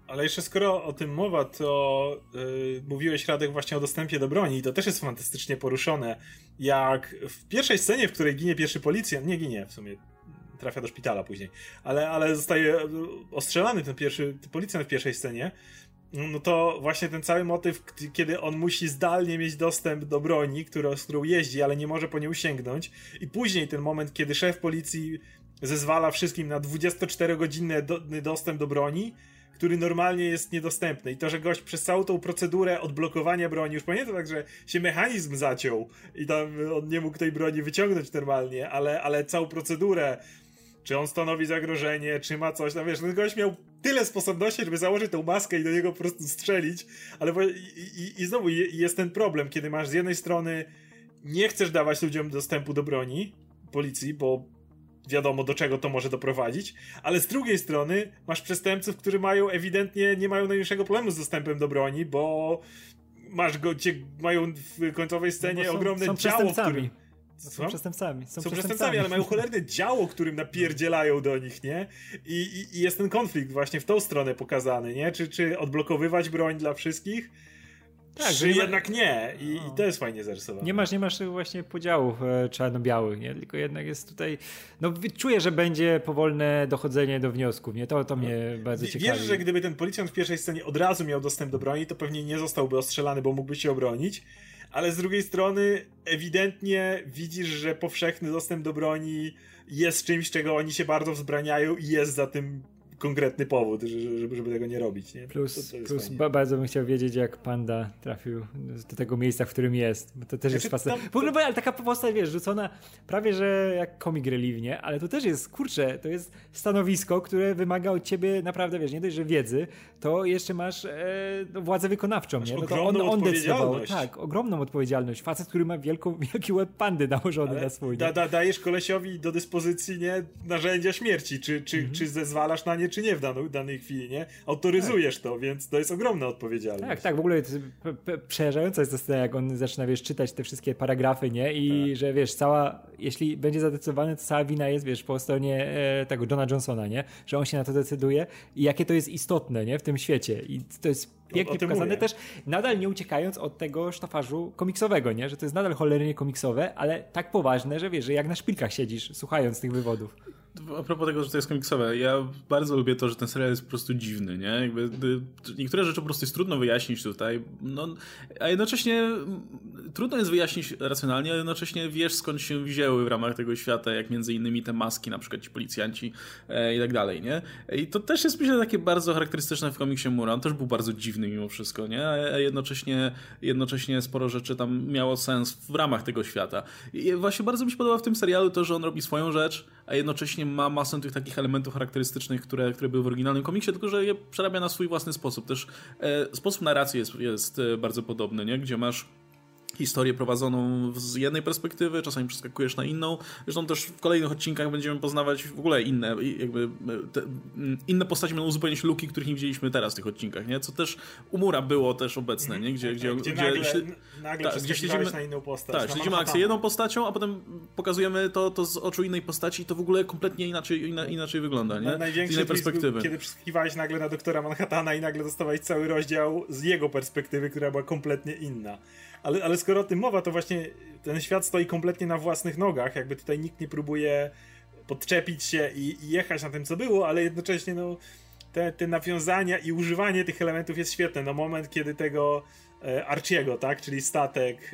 Ale jeszcze skoro o tym mowa, to yy, mówiłeś, Radek, właśnie o dostępie do broni i to też jest fantastycznie poruszone. Jak w pierwszej scenie, w której ginie pierwszy policjant, nie ginie w sumie, trafia do szpitala później, ale, ale zostaje ostrzelany ten pierwszy ten policjant w pierwszej scenie, no to właśnie ten cały motyw, kiedy on musi zdalnie mieć dostęp do broni, którą, z którą jeździ, ale nie może po nią sięgnąć, i później ten moment, kiedy szef policji zezwala wszystkim na dwudziestoczterogodzinny do, dostęp do broni, który normalnie jest niedostępny. I to, że gość przez całą tą procedurę odblokowania broni, już pamiętam tak, że się mechanizm zaciął i tam on nie mógł tej broni wyciągnąć normalnie, ale, ale całą procedurę, czy on stanowi zagrożenie, czy ma coś, no wiesz, ten gość miał tyle sposobności, żeby założyć tą maskę i do niego po prostu strzelić, ale i, i, i znowu jest ten problem, kiedy masz z jednej strony nie chcesz dawać ludziom dostępu do broni, policji, bo wiadomo, do czego to może doprowadzić, ale z drugiej strony masz przestępców, którzy mają ewidentnie, nie mają najmniejszego problemu z dostępem do broni, bo masz go, cie, mają w końcowej scenie no są, ogromne są działo, którym... Są, są przestępcami. Są, są przestępcami, przestępcami, ale mają cholerne działo, którym napierdzielają do nich, nie? I, i, i jest ten konflikt właśnie w tą stronę pokazany, nie? Czy, czy odblokowywać broń dla wszystkich, tak, czy jednak nie. I, no. I to jest fajnie zarysowane. Nie masz, nie masz właśnie podziałów e, czarno-białych, nie? Tylko jednak jest tutaj... No czuję, że będzie powolne dochodzenie do wniosków, nie? To, to mnie no. bardzo w, ciekawi. Wiesz, że gdyby ten policjant w pierwszej scenie od razu miał dostęp do broni, to pewnie nie zostałby ostrzelany, bo mógłby się obronić. Ale z drugiej strony ewidentnie widzisz, że powszechny dostęp do broni jest czymś, czego oni się bardzo wzbraniają i jest za tym konkretny powód, żeby, żeby tego nie robić. Nie? Plus, to, to plus ba- bardzo bym chciał wiedzieć, jak Panda trafił do tego miejsca, w którym jest, bo to też znaczy, jest fascynujące. W ogóle, ale taka postać, wiesz, rzucona prawie, że jak comic relief, nie? Ale to też jest, kurczę, to jest stanowisko, które wymaga od ciebie naprawdę, wiesz, nie dość, że wiedzy, to jeszcze masz e, no, władzę wykonawczą, masz nie? No to on, on decydował. Tak, ogromną odpowiedzialność. Facet, który ma wielką, wielki łeb pandy nałożony ale na swój. Da, da, dajesz kolesiowi do dyspozycji, nie? Narzędzia śmierci, czy, czy, mhm. czy zezwalasz na nie, czy nie w danej, danej chwili, nie? Autoryzujesz tak. to, więc to jest ogromna odpowiedzialność. Tak, tak, w ogóle p- p- przerażająca jest ta scena, jak on zaczyna, wiesz, czytać te wszystkie paragrafy, nie? I tak. że, wiesz, cała, jeśli będzie zadecydowany, to cała wina jest, wiesz, po stronie e, tego Johna Johnsona, nie? Że on się na to decyduje i jakie to jest istotne, nie? W tym świecie. I to jest pięknie pokazane mówię. Też, nadal nie uciekając od tego sztafażu komiksowego, nie? Że to jest nadal cholernie komiksowe, ale tak poważne, że wiesz, że jak na szpilkach siedzisz, słuchając tych wywodów. A propos tego, że to jest komiksowe, ja bardzo lubię to, że ten serial jest po prostu dziwny, nie? Jakby, niektóre rzeczy po prostu jest trudno wyjaśnić tutaj, no, a jednocześnie trudno jest wyjaśnić racjonalnie, a jednocześnie wiesz, skąd się wzięły w ramach tego świata, jak między innymi te maski, na przykład ci policjanci e, i tak dalej, nie? I to też jest, myślę, takie bardzo charakterystyczne w komiksie Moora. On też był bardzo dziwny mimo wszystko, nie? A jednocześnie, jednocześnie sporo rzeczy tam miało sens w ramach tego świata. I właśnie bardzo mi się podoba w tym serialu to, że on robi swoją rzecz, a jednocześnie ma masę tych takich elementów charakterystycznych, które, które były w oryginalnym komiksie, tylko że je przerabia na swój własny sposób. Też e, sposób narracji jest, jest bardzo podobny, nie? Gdzie masz historię prowadzoną z jednej perspektywy, czasami przeskakujesz na inną. Zresztą też w kolejnych odcinkach będziemy poznawać w ogóle inne, jakby te, inne postaci będą uzupełniać luki, których nie widzieliśmy teraz w tych odcinkach, nie? Co też u Moora było też obecne, nie? Gdzie, gdzie, gdzie, gdzie nagle, śle... nagle tak, gdzie śledzimy na inną postać. Tak, śledzimy akcję jedną postacią, a potem pokazujemy to, to z oczu innej postaci i to w ogóle kompletnie inaczej, inna, inaczej wygląda, nie? Największy z innej perspektywy. Był, kiedy przesłuchiwałeś nagle na doktora Manhattana i nagle dostawałeś cały rozdział z jego perspektywy, która była kompletnie inna. Ale, ale skoro o tym mowa, to właśnie ten świat stoi kompletnie na własnych nogach, jakby tutaj nikt nie próbuje podczepić się i, i jechać na tym, co było, ale jednocześnie no, te, te nawiązania i używanie tych elementów jest świetne. No moment, kiedy tego e, Archiego, tak, czyli statek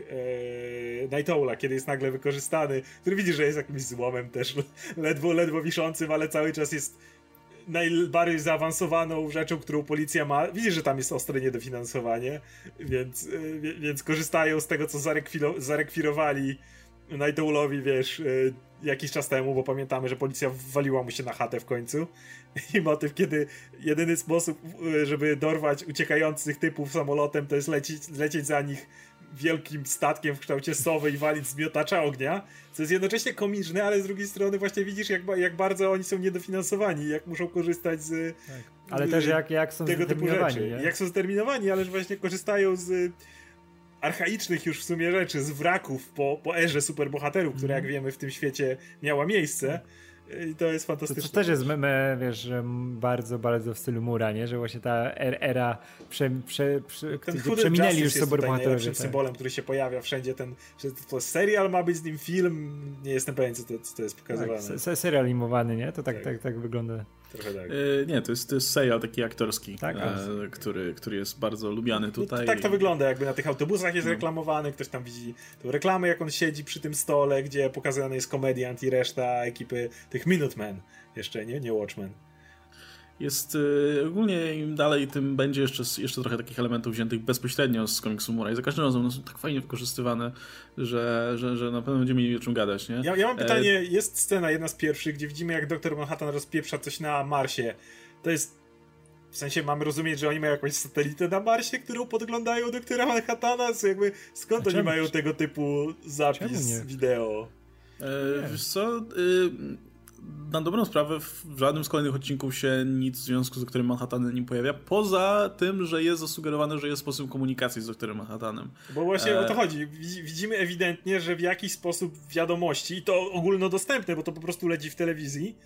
e, Night Owla, kiedy jest nagle wykorzystany, który widzi, że jest jakimś złomem też, ledwo, ledwo wiszącym, ale cały czas jest najbardziej zaawansowaną rzeczą, którą policja ma. Widzisz, że tam jest ostre niedofinansowanie, więc, więc korzystają z tego, co zarekwiro- zarekwirowali Night Owlowi, wiesz, jakiś czas temu, bo pamiętamy, że policja waliła mu się na chatę w końcu. I motyw, kiedy jedyny sposób, żeby dorwać uciekających typów samolotem, to jest lecieć, lecieć za nich wielkim statkiem w kształcie sowy i walić z miotacza ognia, co jest jednocześnie komiczne, ale z drugiej strony właśnie widzisz, jak, jak bardzo oni są niedofinansowani, jak muszą korzystać z tak. Ale też jak, jak są tego typu rzeczy. Nie? Jak są zdeterminowani, ale że właśnie korzystają z archaicznych już w sumie rzeczy, z wraków po, po erze superbohaterów, która jak wiemy w tym świecie miała miejsce, I to jest fantastyczne. To, to też jest, me, wiesz, bardzo, bardzo w stylu Mura, nie? Że właśnie ta era, prze, prze, prze, ten gdzie przeminęli już jest tutaj najlepszym tak. symbolem, który się pojawia wszędzie. Ten, że to serial ma być z nim film, nie jestem pewien, co to, co to jest pokazywane. Tak, serial animowany, nie? To tak, tak. tak, tak wygląda. Trochę tak. Yy, nie, to jest, to jest serial taki aktorski, tak? e, który, który jest bardzo lubiany tutaj. No, tak to wygląda, jakby na tych autobusach jest no. reklamowany, ktoś tam widzi tą reklamę, jak on siedzi przy tym stole, gdzie pokazany jest komediant i reszta ekipy tych Minutemen jeszcze, nie? Nie Watchmen. Jest yy, ogólnie im dalej, tym będzie jeszcze, jeszcze trochę takich elementów wziętych bezpośrednio z komiksu Mura i za każdym razem one są tak fajnie wykorzystywane, że, że, że na pewno będziemy mieli o czym gadać, nie? Ja, ja mam pytanie, e... jest scena, jedna z pierwszych, gdzie widzimy, jak doktor Manhattan rozpieprza coś na Marsie. To jest, w sensie mamy rozumieć, że oni mają jakąś satelitę na Marsie, którą podglądają doktora Manhattana? Co jakby, skąd oni mają tego typu zapis wideo? E, wiesz co... Y Na dobrą sprawę w żadnym z kolejnych odcinków się nic w związku z doktorem Manhattanem nie pojawia, poza tym, że jest zasugerowane, że jest sposób komunikacji z doktorem Manhattanem. Bo właśnie e... o to chodzi. Widzimy ewidentnie, że w jakiś sposób wiadomości, i to ogólnodostępne, bo to po prostu leci w telewizji,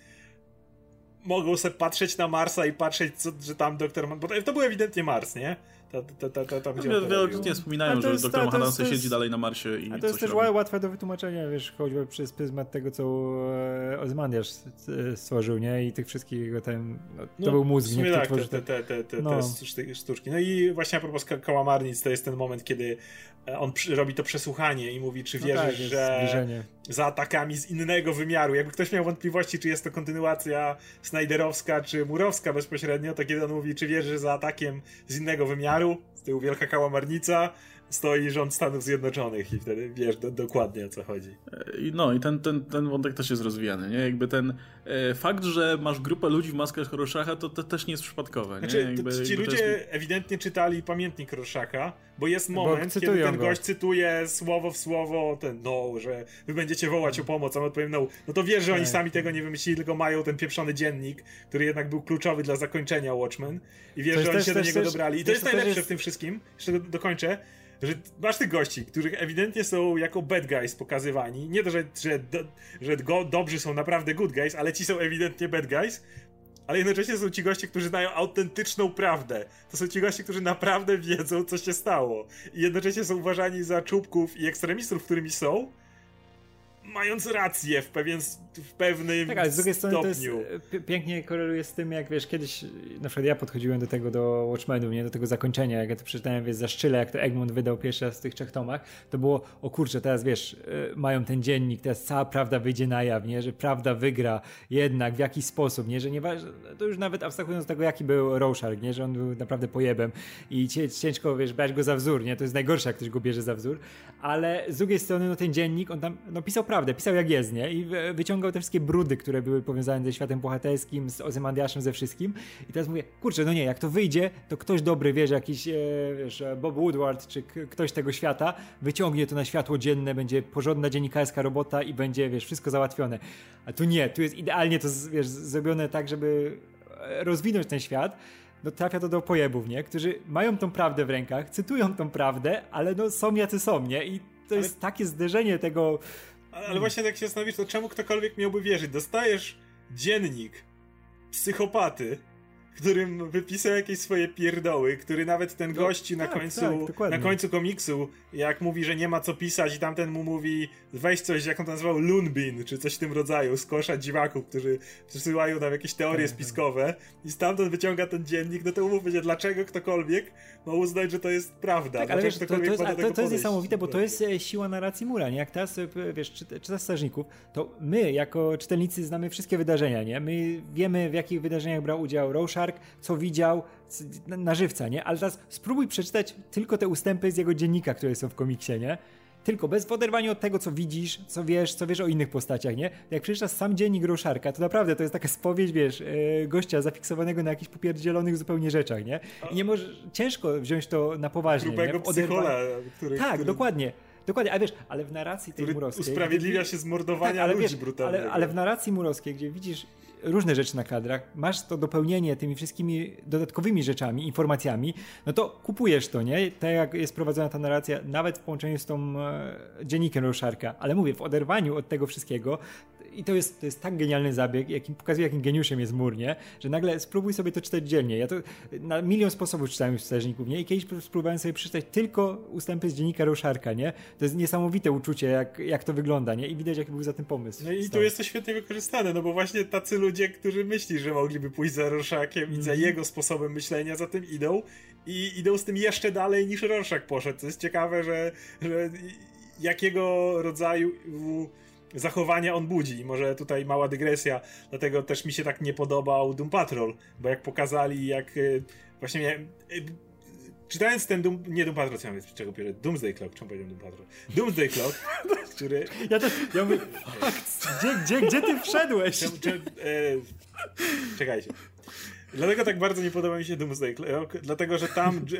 mogą sobie patrzeć na Marsa i patrzeć, co, że tam doktor Manhattan... Bo to był ewidentnie Mars, nie? Ta, ta, ta, ta, ta, no, wielokrotnie wspominają, że doktor Manhattan sobie siedzi dalej na Marsie i a to jest też robi. Łatwe do wytłumaczenia, wiesz, choćby przez pryzmat tego, co Ozymandiasz stworzył, nie? I tych wszystkich jego ten... No, to no, był mózg, nie? Tak, tworzy te, te, te, te, no. te sztuczki. No i właśnie a propos kałamarnic, to jest ten moment, kiedy on przy, robi to przesłuchanie i mówi, czy wierzysz, no tak, że zbliżenie. Za atakami z innego wymiaru, jakby ktoś miał wątpliwości, czy jest to kontynuacja Snyderowska, czy Murowska bezpośrednio, to kiedy on mówi, czy wierzysz, że za atakiem z innego wymiaru, z tyłu wielka kałamarnica, stoi rząd Stanów Zjednoczonych i wtedy wiesz do, dokładnie, o co chodzi. No i ten, ten, ten wątek też jest rozwijany, nie? Jakby ten e, fakt, że masz grupę ludzi w maskach Rorschacha, to, to też nie jest przypadkowe, nie? Znaczy, jakby, ci jakby ludzie jest... ewidentnie czytali pamiętnik Rorschacha, bo jest moment, bo kiedy ten go. gość cytuje słowo w słowo ten no, że wy będziecie wołać o pomoc, a my odpowiem no. No to wiesz, że oni sami tego nie wymyślili, tylko mają ten pieprzony dziennik, który jednak był kluczowy dla zakończenia Watchmen i wiesz, że oni się do niego też, dobrali. I to jest najlepsze jest... w tym wszystkim, jeszcze do, dokończę, że masz tych gości, których ewidentnie są jako bad guys pokazywani. Nie to, że, że, do, że go, dobrzy są naprawdę good guys, ale ci są ewidentnie bad guys. Ale jednocześnie są ci goście, którzy znają autentyczną prawdę. To są ci goście, którzy naprawdę wiedzą, co się stało. I jednocześnie są uważani za czubków i ekstremistów, którymi są, mając rację w, pewien, w pewnym tak, ale z drugiej strony stopniu. To jest, p- pięknie koreluje z tym, jak wiesz, kiedyś na przykład ja podchodziłem do tego, do Watchmenów, nie, do tego zakończenia, jak ja to przeczytałem, wiesz, za Szczyle, jak to Egmont wydał pierwszy raz w tych trzech tomach, to było, o kurczę, teraz wiesz, yy, mają ten dziennik, teraz cała prawda wyjdzie na jaw, nie, że prawda wygra jednak w jakiś sposób, nie, że nie to już nawet abstrahując od tego, jaki był Rorschach, nie, że on był naprawdę pojebem i ciężko, wiesz, brać go za wzór, nie, to jest najgorsze, jak ktoś go bierze za wzór, ale z drugiej strony, no ten dziennik, on tam, no pisał prawdę, pisał jak jest, nie? I wyciągał te wszystkie brudy, które były powiązane ze światem bohaterskim, z Ozymandiaszem, ze wszystkim. I teraz mówię, kurczę, no nie, jak to wyjdzie, to ktoś dobry, wiesz, jakiś, e, wiesz, Bob Woodward, czy k- ktoś tego świata, wyciągnie to na światło dzienne, będzie porządna dziennikarska robota i będzie, wiesz, wszystko załatwione. A tu nie, tu jest idealnie to, wiesz, zrobione tak, żeby rozwinąć ten świat. No trafia to do pojebów, nie? Którzy mają tą prawdę w rękach, cytują tą prawdę, ale no są jacy są, nie? I to ale... jest takie zderzenie tego... Ale, ale właśnie jak się zastanowisz, to czemu ktokolwiek miałby wierzyć? Dostajesz dziennik psychopaty, którym wypisał jakieś swoje pierdoły, który nawet ten no, gości na, tak, końcu, tak, na końcu komiksu, jak mówi, że nie ma co pisać i tamten mu mówi, weź coś, jak on to nazywał, Lunbin, czy coś w tym rodzaju, z kosza dziwaków, którzy przysyłają nam jakieś teorie tak, spiskowe i stamtąd wyciąga ten dziennik, no to umówmy się, dlaczego ktokolwiek ma uznać, że to jest prawda. Tak, ale wiesz, to, to, jest, to, to jest niesamowite, bo to jest siła narracji Mura, nie? Jak teraz, wiesz, czytasz czyta strażników, to my, jako czytelnicy, znamy wszystkie wydarzenia, nie? My wiemy, w jakich wydarzeniach brał udział Rorschach, co widział na żywca, nie? Ale teraz spróbuj przeczytać tylko te ustępy z jego dziennika, które są w komiksie, nie? Tylko bez w oderwaniu od tego, co widzisz, co wiesz, co wiesz o innych postaciach, nie? Jak przeczytasz sam dziennik Rorschacha, to naprawdę to jest taka spowiedź, wiesz, yy, gościa zafiksowanego na jakichś popierdzielonych zupełnie rzeczach, nie? I nie możesz, ciężko wziąć to na poważnie, grubego psychola, który... Tak, który... dokładnie. Dokładnie, a wiesz, ale w narracji tej murowskiej... usprawiedliwia się zmordowania tak, ale ludzi wiesz, brutalnego. Ale, ale w narracji murowskiej, gdzie widzisz różne rzeczy na kadrach, masz to dopełnienie tymi wszystkimi dodatkowymi rzeczami, informacjami, no to kupujesz to, nie? Tak jak jest prowadzona ta narracja, nawet w połączeniu z tą e, dziennikiem Rorschacha, ale mówię, w oderwaniu od tego wszystkiego, i to jest, to jest tak genialny zabieg, jakim pokazuje, jakim geniuszem jest Moore, nie? Że nagle spróbuj sobie to czytać dziennie. Ja to na milion sposobów czytałem już wskaźników, nie? I kiedyś spróbowałem sobie przeczytać tylko ustępy z dziennika Rorschach'a, nie? To jest niesamowite uczucie, jak, jak to wygląda, nie? I widać, jaki był za tym pomysł. No i stał. tu jest to świetnie wykorzystane, no bo właśnie tacy ludzie, którzy myśli, że mogliby pójść za Rorschachiem mm. i za jego sposobem myślenia, za tym idą i idą z tym jeszcze dalej niż Rorschach poszedł. To jest ciekawe, że, że jakiego rodzaju zachowania on budzi. Może tutaj mała dygresja, dlatego też mi się tak nie podobał Doom Patrol, bo jak pokazali, jak właśnie miałem... Czytając ten Doom... Nie Doom Patrol, co ja mówię, z czego biorę? Doomsday Clock, czemu powiedziałem Doom Patrol? Doomsday Clock, który... Ja też... Ja mówię, gdzie, gdzie, gdzie ty wszedłeś? Czem, czem, e... Czekajcie. Dlatego tak bardzo nie podoba mi się Doomsday Clock, dlatego że tam e,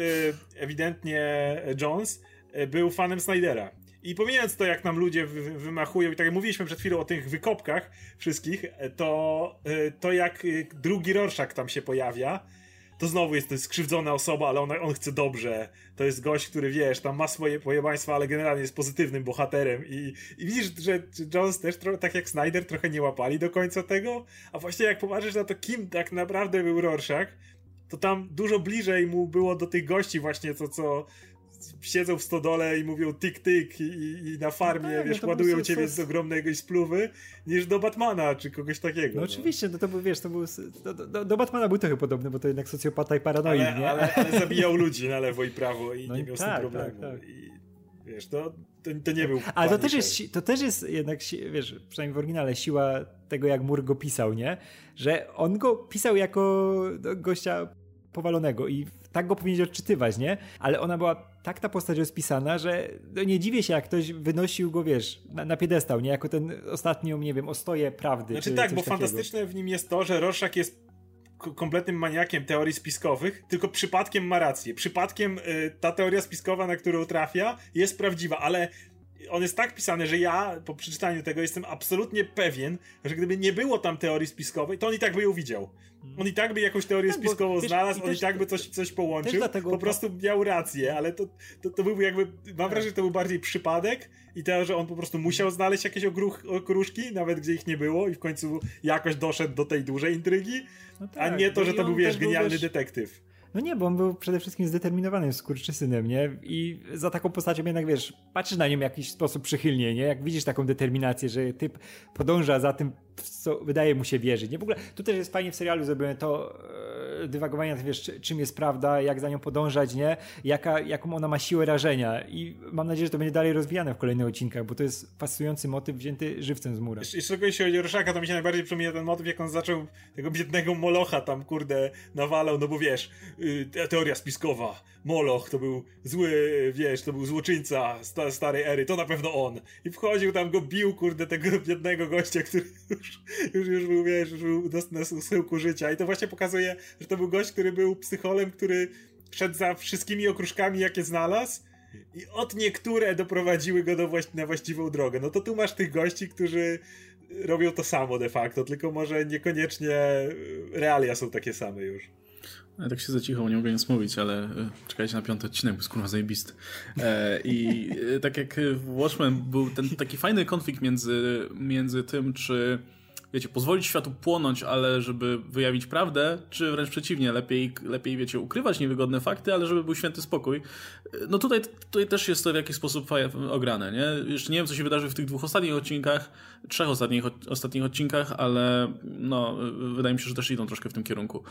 ewidentnie Jones był fanem Snydera. I pomijając to, jak nam ludzie wy, wymachują, i tak jak mówiliśmy przed chwilą o tych wykopkach wszystkich, to, to jak drugi Rorschach tam się pojawia, to znowu jest to skrzywdzona osoba, ale on, on chce dobrze. To jest gość, który, wiesz, tam ma swoje pojebaństwa, ale generalnie jest pozytywnym bohaterem. I, i widzisz, że Jones też, tro, tak jak Snyder, trochę nie łapali do końca tego. A właśnie jak popatrzysz na to, kim tak naprawdę był Rorschach, to tam dużo bliżej mu było do tych gości właśnie, to co siedzą w stodole i mówią tik-tik i, i, i na farmie, no tak, wiesz, no ładują był, ciebie z ogromnej spluwy, niż do Batmana, czy kogoś takiego. No, no. Oczywiście, no to był, wiesz, to był, do, do, do Batmana był trochę podobny, bo to jednak socjopata i paranoid, ale, nie? Ale, ale zabijał ludzi na lewo i prawo i no nie miał tak, z tym problemu. Tak, tak. I wiesz, to, to, to nie był... Ale to też, jest, to też jest jednak, wiesz, przynajmniej w oryginale, siła tego, jak Moore go pisał, nie? Że on go pisał jako gościa powalonego i tak go powinien odczytywać, nie? Ale ona była tak ta postać rozpisana, że no nie dziwię się, jak ktoś wynosił go, wiesz, na, na piedestał, nie? Jako ten ostatnią, nie wiem, ostoję prawdy. Znaczy czy tak, bo takiego. fantastyczne w nim jest to, że Rorschach jest k- kompletnym maniakiem teorii spiskowych, tylko przypadkiem ma rację. Przypadkiem y, ta teoria spiskowa, na którą trafia, jest prawdziwa, ale on jest tak pisany, że ja po przeczytaniu tego jestem absolutnie pewien, że gdyby nie było tam teorii spiskowej, to on i tak by ją widział. On i tak by jakąś teorię tak, spiskową bo, wiesz, znalazł, on i tak by coś, coś połączył, dlatego, po prostu miał rację, ale to, to, to byłby jakby, mam wrażenie, że to był bardziej przypadek i to, że on po prostu musiał znaleźć jakieś ogruch, okruszki, nawet gdzie ich nie było i w końcu jakoś doszedł do tej dużej intrygi, no tak, a nie to, że to był, wiesz, genialny wiesz... detektyw. No nie, bo on był przede wszystkim zdeterminowanym skurczysynem, nie? I za taką postacią jednak, wiesz, patrzysz na nią w jakiś sposób przychylnie, nie? Jak widzisz taką determinację, że typ podąża za tym, co wydaje mu się wierzyć, nie? W ogóle tu też jest fajnie w serialu zrobione to e, dywagowanie, wiesz, czym jest prawda, jak za nią podążać, nie? Jaka, jaką ona ma siłę rażenia i mam nadzieję, że to będzie dalej rozwijane w kolejnych odcinkach, bo to jest fascynujący motyw wzięty żywcem z Moore'a. Jeszcze tylko jeśli chodzi o Rorschacha, to mi się najbardziej przypomina ten motyw, jak on zaczął tego biednego Molocha tam, kurde, nawalał, no bo wiesz, yy, teoria spiskowa, Moloch to był zły, wiesz, to był złoczyńca sta, starej ery, to na pewno on. I wchodził tam, go bił, kurde, tego biednego gościa, który już, już, już był, wiesz, już był na schyłku życia. I to właśnie pokazuje, że to był gość, który był psycholem, który szedł za wszystkimi okruszkami, jakie znalazł i od niektóre doprowadziły go do właści- na właściwą drogę. No to tu masz tych gości, którzy robią to samo de facto, tylko może niekoniecznie realia są takie same już. Ja tak się za cicho, nie mogę nic mówić, ale e, czekajcie na piąty odcinek, bo jest kurwa zajebisty. E, I e, tak jak w Watchmen był ten taki fajny konflikt między, między tym, czy wiecie, pozwolić światu płonąć, ale żeby wyjawić prawdę, czy wręcz przeciwnie, lepiej, lepiej wiecie, ukrywać niewygodne fakty, ale żeby był święty spokój. No tutaj, tutaj też jest to w jakiś sposób ograne, nie? Jeszcze nie wiem, co się wydarzy w tych dwóch ostatnich odcinkach, trzech ostatnich, ostatnich odcinkach, ale no, wydaje mi się, że też idą troszkę w tym kierunku.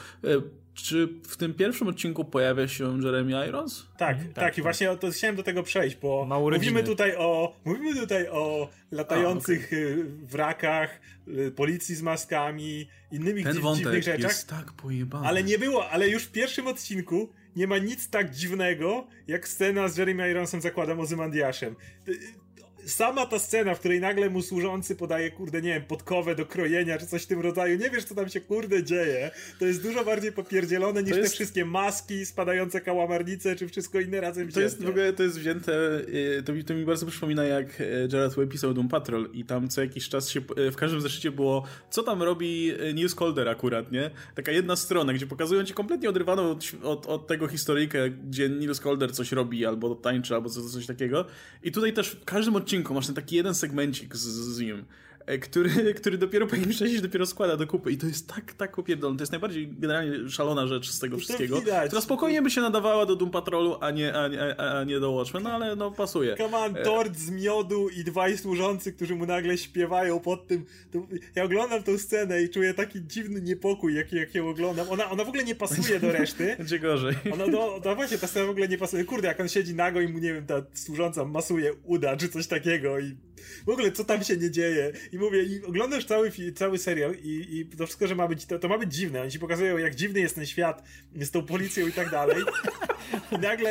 Czy w tym pierwszym odcinku pojawia się Jeremy Irons? Tak, mhm, tak, tak. I właśnie to chciałem do tego przejść, bo mówimy tutaj o mówimy tutaj o latających A, okay. wrakach, policji z maskami, innymi Ten wątek dziwnych rzeczach. Jest tak pojebany. Ale nie było, ale już w pierwszym odcinku nie ma nic tak dziwnego, jak scena z Jeremy Ironsem, zakładam, Ozymandiaszem. Sama ta scena, w której nagle mu służący podaje, kurde, nie wiem, podkowę do krojenia, czy coś w tym rodzaju, nie wiesz, co tam się, kurde, dzieje. To jest dużo bardziej popierdzielone niż jest... te wszystkie maski, spadające kałamarnice, czy wszystko inne razem wzięte. To jest w ogóle, to jest wzięte, to mi, to mi bardzo przypomina, jak Gerard Way pisał Doom Patrol i tam co jakiś czas się, w każdym zeszycie było, co tam robi Nils Calder akurat, nie? Taka jedna strona, gdzie pokazują ci kompletnie odrywaną od, od, od tego historyjkę, gdzie Nils Calder coś robi, albo tańczy, albo coś, coś takiego. I tutaj też w każdym odcinku masz ten taki jeden segmencik z, z nim. który, który dopiero po jakimś czasie się dopiero składa do kupy i to jest tak, tak opierdolone. To jest najbardziej generalnie szalona rzecz z tego to wszystkiego, widać. która spokojnie by się nadawała do Doom Patrolu, a nie, a, nie, a nie do Watchmen, no ale no pasuje. Come on, tort z miodu i dwaj służący, którzy mu nagle śpiewają pod tym. To, ja oglądam tę scenę i czuję taki dziwny niepokój, jaki, jak ją oglądam. Ona, ona w ogóle nie pasuje do reszty. Będzie gorzej. Ona, no, no właśnie, ta scena w ogóle nie pasuje. Kurde, jak on siedzi nago i mu, nie wiem, ta służąca masuje uda, czy coś takiego i w ogóle co tam się nie dzieje. I mówię, i oglądasz cały, cały serial i, i to wszystko, że ma być, to, to ma być dziwne. Oni ci pokazują, jak dziwny jest ten świat z tą policją i tak dalej. I nagle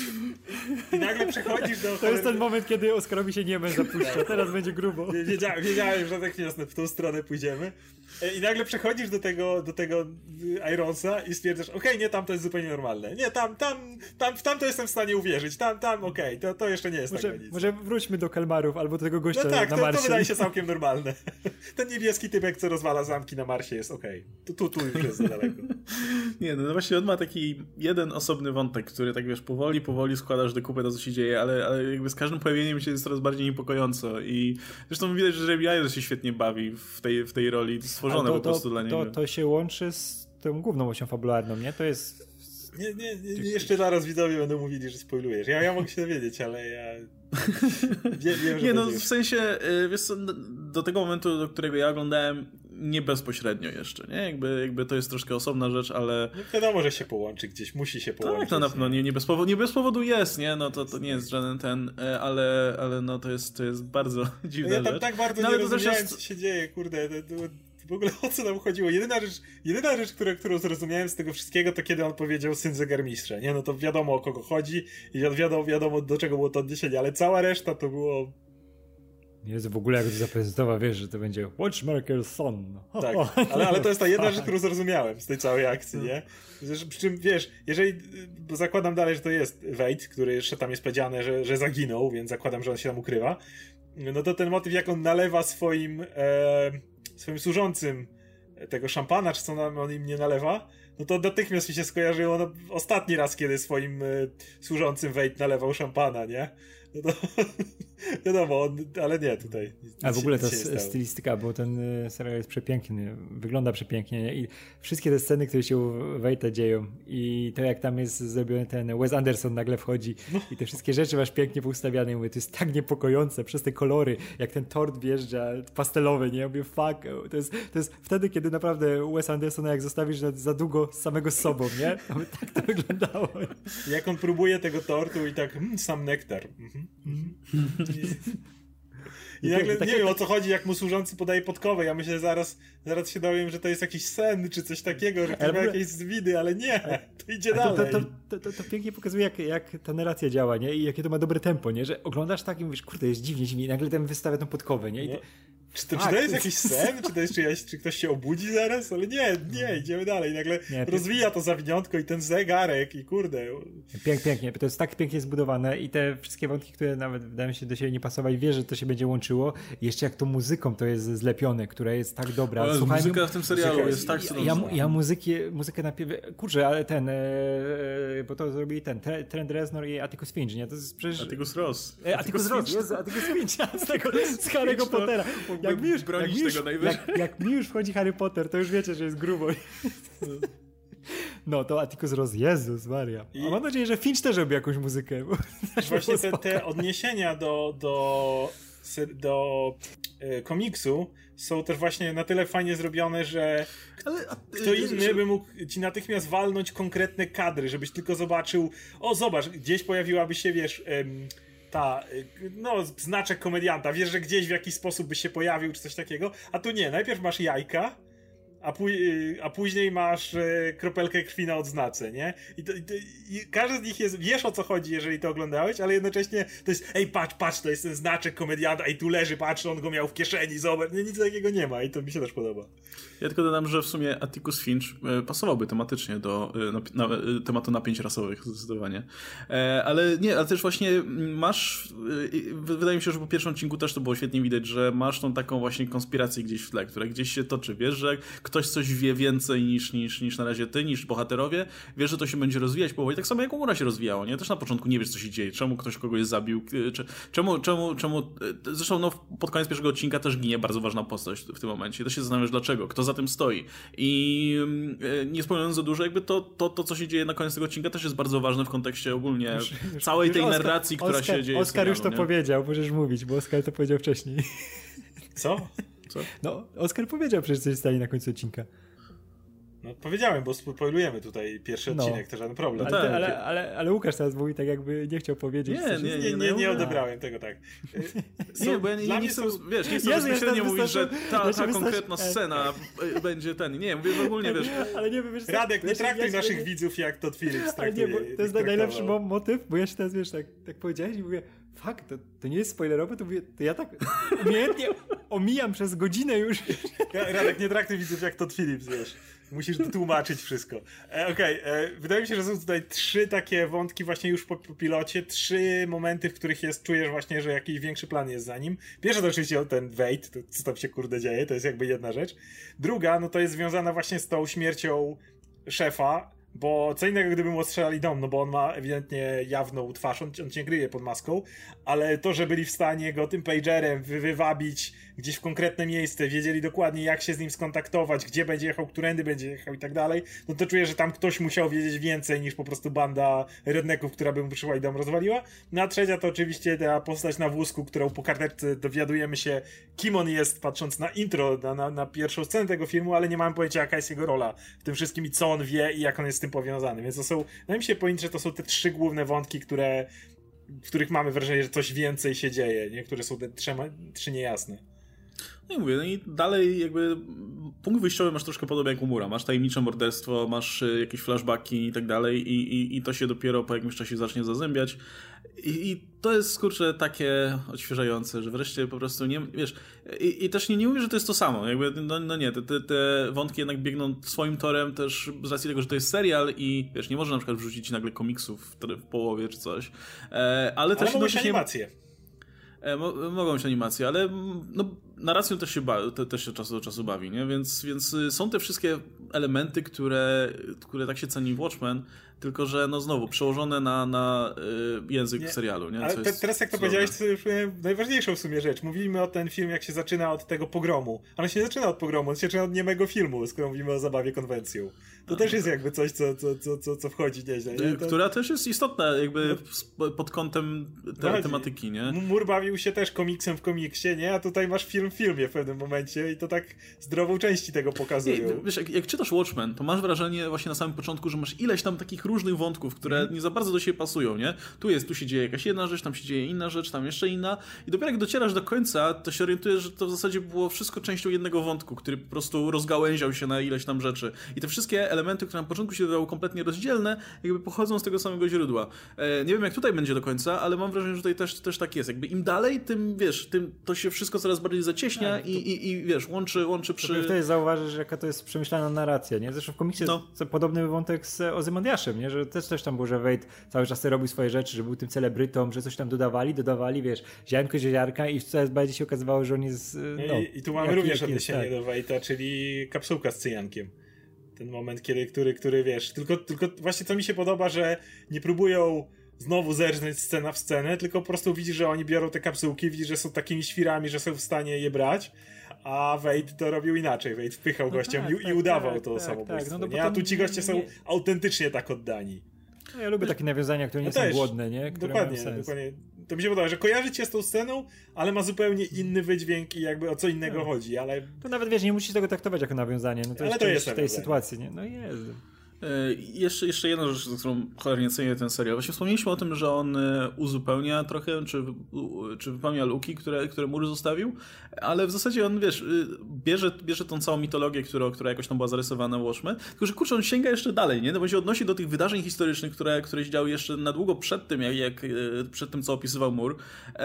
i nagle przechodzisz do... To jest ten moment, kiedy Oskarowi się nie zapuszcza. Teraz będzie grubo. Wiedziałem, wiedziałem, że tak jasne, w tą stronę pójdziemy. I nagle przechodzisz do tego, do tego Ironsa i stwierdzasz, okej, okay, nie, tam to jest zupełnie normalne. Nie, tam, tam, tam, w tam to jestem w stanie uwierzyć. Tam, tam, okej, okay, to, to jeszcze nie jest może, tak nic. Może wróćmy do kalmarów albo do tego gościa no tak, na to, Marsie. to wydaje się całkiem normalne. Ten niebieski typek, co rozwala zamki na Marsie, jest okej. Okay. Tu, tu, tu już jest za daleko. Nie, no, no właśnie on ma taki jeden osobny wątek, który tak wiesz, powoli, powoli składasz do kupy to, co się dzieje, ale, ale jakby z każdym pojawieniem się jest coraz bardziej niepokojąco i zresztą widać, że Jeremy Irons się świetnie bawi w tej, w tej roli, stworzone to, po prostu to, dla niego. To, to się łączy z tą główną osią fabularną, nie? To jest... Nie, nie, nie, nie jeszcze zaraz widzowie będą mówili, że spoilujesz. Ja, ja mogę się dowiedzieć, ale ja... Wiem, wiem, że nie, no będzie. w sensie, wiesz co, do tego momentu, do którego ja oglądałem, nie bezpośrednio jeszcze, nie? Jakby, jakby to jest troszkę osobna rzecz, ale... No wiadomo, że się połączy gdzieś, musi się połączyć. Tak, no na pewno, nie, nie, bez powodu, nie bez powodu jest, nie? No to, to nie jest żaden ten, ale, ale no to jest, to jest bardzo dziwna no ja tam rzecz. tak bardzo no, nie ale to też rozumiałem, jest... co się dzieje, kurde, to, to, w ogóle o co nam chodziło. Jedyna rzecz, jedyna rzecz która, którą zrozumiałem z tego wszystkiego, to kiedy on powiedział syn zegarmistrza, nie? No to wiadomo, o kogo chodzi i wiadomo, wiadomo do czego było to odniesienie, ale cała reszta to było... Jezu, w ogóle jak to zaprezentował, wiesz, że to będzie Watchmaker's son. Tak, ale, ale to jest ta jedna rzecz, którą zrozumiałem z tej całej akcji, nie? Przy czym, wiesz, jeżeli, bo zakładam dalej, że to jest Wade, który jeszcze tam jest powiedziane, że, że zaginął, więc zakładam, że on się tam ukrywa, no to ten motyw, jak on nalewa swoim e, swoim służącym tego szampana, czy co on im nie nalewa, no to natychmiast mi się skojarzyło no, ostatni raz, kiedy swoim e, służącym Wade nalewał szampana, nie? No to wiadomo, on, ale nie tutaj. Nic, A w ogóle ta nic stylistyka, bo ten serial jest przepiękny, wygląda przepięknie nie? I wszystkie te sceny, które się u Wade'a dzieją i to jak tam jest zrobiony ten Wes Anderson nagle wchodzi no. I te wszystkie rzeczy masz pięknie poustawiane i mówię, to jest tak niepokojące przez te kolory, jak ten tort wjeżdża pastelowy, nie? Ja mówię, fuck, to jest, to jest wtedy, kiedy naprawdę Wes Andersona jak zostawisz za długo samego z sobą, nie? To by tak to wyglądało. Jak on próbuje tego tortu i tak, mm, sam nektar. Mhm. I, I nagle nie wiem o co chodzi, jak mu służący podaje podkowę. Ja myślę, zaraz, zaraz się dowiem, że to jest jakiś sen, czy coś takiego, że to ma jakieś zwidy, ale nie, to idzie to, dalej. To, to, to, to, to pięknie pokazuje, jak, jak ta narracja działa, nie? I jakie to ma dobre tempo, nie? Że oglądasz tak i mówisz, kurde, jest dziwnie, dziwnie, i nagle tam wystawia tą podkowę, nie? I ty... Czy to, czy to jest jakiś sen? Czy to jest czyjaś, czy ktoś się obudzi zaraz? Ale nie, nie, idziemy dalej. Nagle nie, rozwija to zawiniątko i ten zegarek i kurde. Pięk, pięknie, to jest tak pięknie zbudowane i te wszystkie wątki, które nawet wydają się do siebie nie pasować, wiesz, że to się będzie łączyło. I jeszcze jak to muzyką to jest zlepione, która jest tak dobra. Ale Słuchajmy, muzyka w tym serialu jest, jest tak ja, ja, ja muzyki, muzykę napiew... Kurczę, ale ten, e, bo to zrobili ten, Trent Reznor i Atticus Finch, nie? To jest przecież... Atticus Ross. E, Atticus Ross, jest Atticus Finch, z tego, z Harry'ego Pottera. Jak mi już, jak mi już, jak, jak mi już wchodzi Harry Potter, to już wiecie, że jest grubo. No to Atticus Ross, Jezus Maria. I... A mam nadzieję, że Finch też robi jakąś muzykę. Bo właśnie te, te odniesienia do, do, do e, komiksu są też właśnie na tyle fajnie zrobione, że Ale, a, kto inny by mógł ci natychmiast walnąć konkretne kadry, żebyś tylko zobaczył, o zobacz, gdzieś pojawiłaby się, wiesz... Em, ta, no, znaczek komedianta, wiesz, że gdzieś w jakiś sposób by się pojawił, czy coś takiego, a tu nie, najpierw masz jajka, a, pó- a później masz e, kropelkę krwi na odznace, nie? I, to, i, to, i każdy z nich jest, wiesz o co chodzi, jeżeli to oglądałeś, ale jednocześnie to jest, ej, patrz, patrz, to jest ten znaczek komedianta, ej, tu leży, patrz, on go miał w kieszeni, zobacz, nie, nic takiego nie ma i to mi się też podoba. Ja tylko dodam, że w sumie Atticus Finch pasowałby tematycznie do na, na, tematu napięć rasowych zdecydowanie. Ale nie, ale też właśnie masz, wydaje mi się, że po pierwszym odcinku też to było świetnie widać, że masz tą taką właśnie konspirację gdzieś w tle, która gdzieś się toczy. Wiesz, że ktoś coś wie więcej niż, niż, niż na razie ty, niż bohaterowie. Wiesz, że to się będzie rozwijać powoli. Tak samo jak Umura się rozwijało, nie? Też na początku nie wiesz, co się dzieje. Czemu ktoś kogoś zabił? Czemu, czemu, czemu... Zresztą no, pod koniec pierwszego odcinka też ginie bardzo ważna postać w tym momencie. To się zastanawiasz, dlaczego? Kto za tym stoi? I nie wspominając za dużo, jakby to, to, to, co się dzieje na koniec tego odcinka też jest bardzo ważne w kontekście ogólnie już, całej tej Oskar, narracji, która Oskar, się dzieje Oskar serialu, już to nie? powiedział, możesz mówić, bo Oskar to powiedział wcześniej. Co? Co? No, Oskar powiedział przecież, co się stanie na końcu odcinka. No powiedziałem, bo spoilujemy tutaj pierwszy odcinek, no. To żaden problem. Ale, ale, ale, ale, ale Łukasz teraz mówi tak, jakby nie chciał powiedzieć. Nie, nie, nie, nie, nie odebrałem tego tak. So, nie, bo ja nie, nie, nie chcę, są... wiesz, nie chcę Jezu, bezpośrednio ja mówić, że ta, ta konkretna scena będzie ten, nie, mówię ogólnie, wiesz. Ale nie, wiesz, Radek, nie traktuj ja naszych nie... widzów jak Todd Phillips traktuje. Nie, bo to jest najlepszy motyw, bo ja się teraz, wiesz, tak, tak powiedziałeś i mówię, fuck, to, to nie jest spoilerowe, to, mówię, to ja tak umiejętnie omijam przez godzinę już. Radek, nie traktuj widzów jak Todd Phillips, wiesz. Musisz tłumaczyć wszystko. E, Okej, okay. Wydaje mi się, że są tutaj trzy takie wątki właśnie już po, po pilocie, trzy momenty, w których jest, czujesz właśnie, że jakiś większy plan jest za nim. Pierwsza to oczywiście ten Wade, to co tam się kurde dzieje, to jest jakby jedna rzecz. Druga, no to jest związana właśnie z tą śmiercią szefa, bo co innego gdyby mu ostrzelali dom, no bo on ma ewidentnie jawną twarz, on, on cię kryje pod maską, ale to, że byli w stanie go tym pagerem wy, wywabić gdzieś w konkretne miejsce, wiedzieli dokładnie jak się z nim skontaktować, gdzie będzie jechał, którędy będzie jechał i tak dalej, no to czuję, że tam ktoś musiał wiedzieć więcej niż po prostu banda rednecków, która by mu przyszła i dom rozwaliła. No a trzecia to oczywiście ta postać na wózku, którą po karteczce dowiadujemy się, kim on jest, patrząc na intro, na, na, na pierwszą scenę tego filmu, ale nie mam pojęcia jaka jest jego rola w tym wszystkim i co on wie i jak on jest z tym powiązany, więc to są, wydaje mi się powiedzieć, że to są te trzy główne wątki, które, w których mamy wrażenie, że coś więcej się dzieje, nie? Które są te trzy, trzy niejasne. No i mówię, no i dalej jakby punkt wyjściowy masz troszkę podobnie jak Umura. Masz tajemnicze morderstwo, masz jakieś flashbacki i tak dalej i, i, i to się dopiero po jakimś czasie zacznie zazębiać. I, i to jest, kurczę, takie odświeżające, że wreszcie po prostu nie, wiesz, i, i też nie, nie mówię, że to jest to samo, jakby, no, no nie, te, te, te wątki jednak biegną swoim torem też z racji tego, że to jest serial i, wiesz, nie może na przykład wrzucić nagle komiksów w połowie czy coś, e, ale też... Ale mogą się animacje. E, mo, mogą być animacje, ale no, narracją też się, ba, te, też się od czasu do czasu bawi, nie? Więc, więc są te wszystkie elementy, które, które tak się ceni w Watchmen, tylko że no znowu przełożone na, na y, język nie, serialu. Nie? Ale te, teraz jak to powiedziałeś, to już najważniejszą w sumie rzecz. Mówimy o ten film, jak się zaczyna od tego pogromu. Ale się nie zaczyna od pogromu, on się zaczyna od niemego filmu, skoro mówimy o zabawie konwencją. To A, też jest jakby coś, co, co, co, co, co wchodzi nieźle. Nie? To... Która też jest istotna jakby no, pod kątem te, tematyki. Nie? Mur bawił się też komiksem w komiksie, nie? A tutaj masz film w filmie w pewnym momencie i to tak zdrową części tego pokazują. I, wiesz, jak, jak czytasz Watchmen, to masz wrażenie właśnie na samym początku, że masz ileś tam takich różnych wątków, które mm. nie za bardzo do siebie pasują, nie? Tu jest, tu się dzieje jakaś jedna rzecz, tam się dzieje inna rzecz, tam jeszcze inna i dopiero jak docierasz do końca, to się orientujesz, że to w zasadzie było wszystko częścią jednego wątku, który po prostu rozgałęział się na ileś tam rzeczy. I te wszystkie elementy, które na początku się wydawały kompletnie rozdzielne, jakby pochodzą z tego samego źródła. E, nie wiem, jak tutaj będzie do końca, ale mam wrażenie, że tutaj też, też tak jest. Jakby im dalej, tym, wiesz, tym to się wszystko coraz bardziej zacieśnia tak, to... i, i, i, wiesz, łączy, łączy przy... To wtedy zauważysz, że jaka to jest przemyślana narracja, nie? Zresztą w komiksie no. jest podobny wątek z Ozymandiaszem, nie? Że też, też tam było, że Wade cały czas robił swoje rzeczy, że był tym celebrytą, że coś tam dodawali, dodawali, wiesz, ziarnko, ziarka i coraz bardziej się okazywało, że on jest... No, I, i tu mamy jaki, również jaki odniesienie jest, tak. do Wade'a, czyli kapsułka z cyjankiem. Ten moment, kiedy, który, który wiesz, tylko, tylko właśnie co mi się podoba, że nie próbują znowu zerżnąć scena w scenę, tylko po prostu widzisz, że oni biorą te kapsułki, widzisz, że są takimi świrami, że są w stanie je brać, a Wade to robił inaczej. Wade wpychał no gościom tak, i, tak, i udawał tak, to tak, samobójstwo. Tak, no, no a tu ci goście nie, są nie... autentycznie tak oddani. No, ja lubię takie nawiązania, które nie no są głodne, nie? Które dokładnie, dokładnie. To mi się podoba, że kojarzy cię z tą sceną, ale ma zupełnie inny wydźwięk i jakby o co innego no. chodzi, ale... To nawet, wiesz, nie musisz tego traktować jako nawiązanie, no to ale jest, to jest w tej nawiązanie. sytuacji, nie? No jest. Jeszcze, jeszcze jedna rzecz, za którą cholernie cenię ten serial. Właśnie wspomnieliśmy o tym, że on uzupełnia trochę, czy, czy wypełnia luki, które, które Moore zostawił, ale w zasadzie on, wiesz, bierze, bierze tą całą mitologię, która, która jakoś tam była zarysowana w Watchmen, tylko że kurczę, on sięga jeszcze dalej, nie? No bo się odnosi do tych wydarzeń historycznych, które, które się działy jeszcze na długo przed tym, jak, jak przed tym, co opisywał Moore.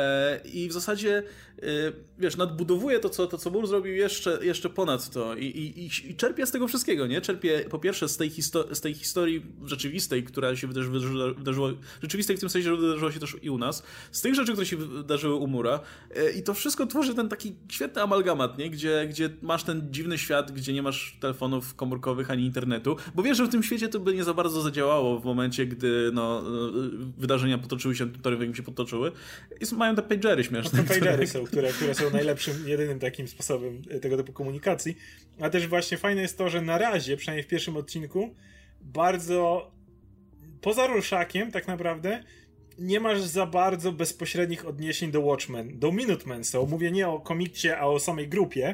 I w zasadzie, wiesz, nadbudowuje to, co, to, co Moore zrobił jeszcze, jeszcze ponad to i, i, i czerpie z tego wszystkiego, nie? Czerpie po pierwsze z tej historii, z tej historii rzeczywistej, która się wydarzy, wydarzyła, rzeczywistej w tym sensie, że wydarzyło się też i u nas, z tych rzeczy, które się wydarzyły u Moore'a i to wszystko tworzy ten taki świetny amalgamat, nie? Gdzie, gdzie masz ten dziwny świat, gdzie nie masz telefonów komórkowych ani internetu, bo wiesz, że w tym świecie to by nie za bardzo zadziałało w momencie, gdy no, wydarzenia potoczyły się torem, jak się potoczyły i mają te pagery śmieszne. No to pagery są, które, które są najlepszym, jedynym takim sposobem tego typu komunikacji, a też właśnie fajne jest to, że na razie, przynajmniej w pierwszym odcinku, bardzo poza Rorschakiem tak naprawdę nie masz za bardzo bezpośrednich odniesień do Watchmen. Do Minutemen są, mówię nie o komiksie, a o samej grupie.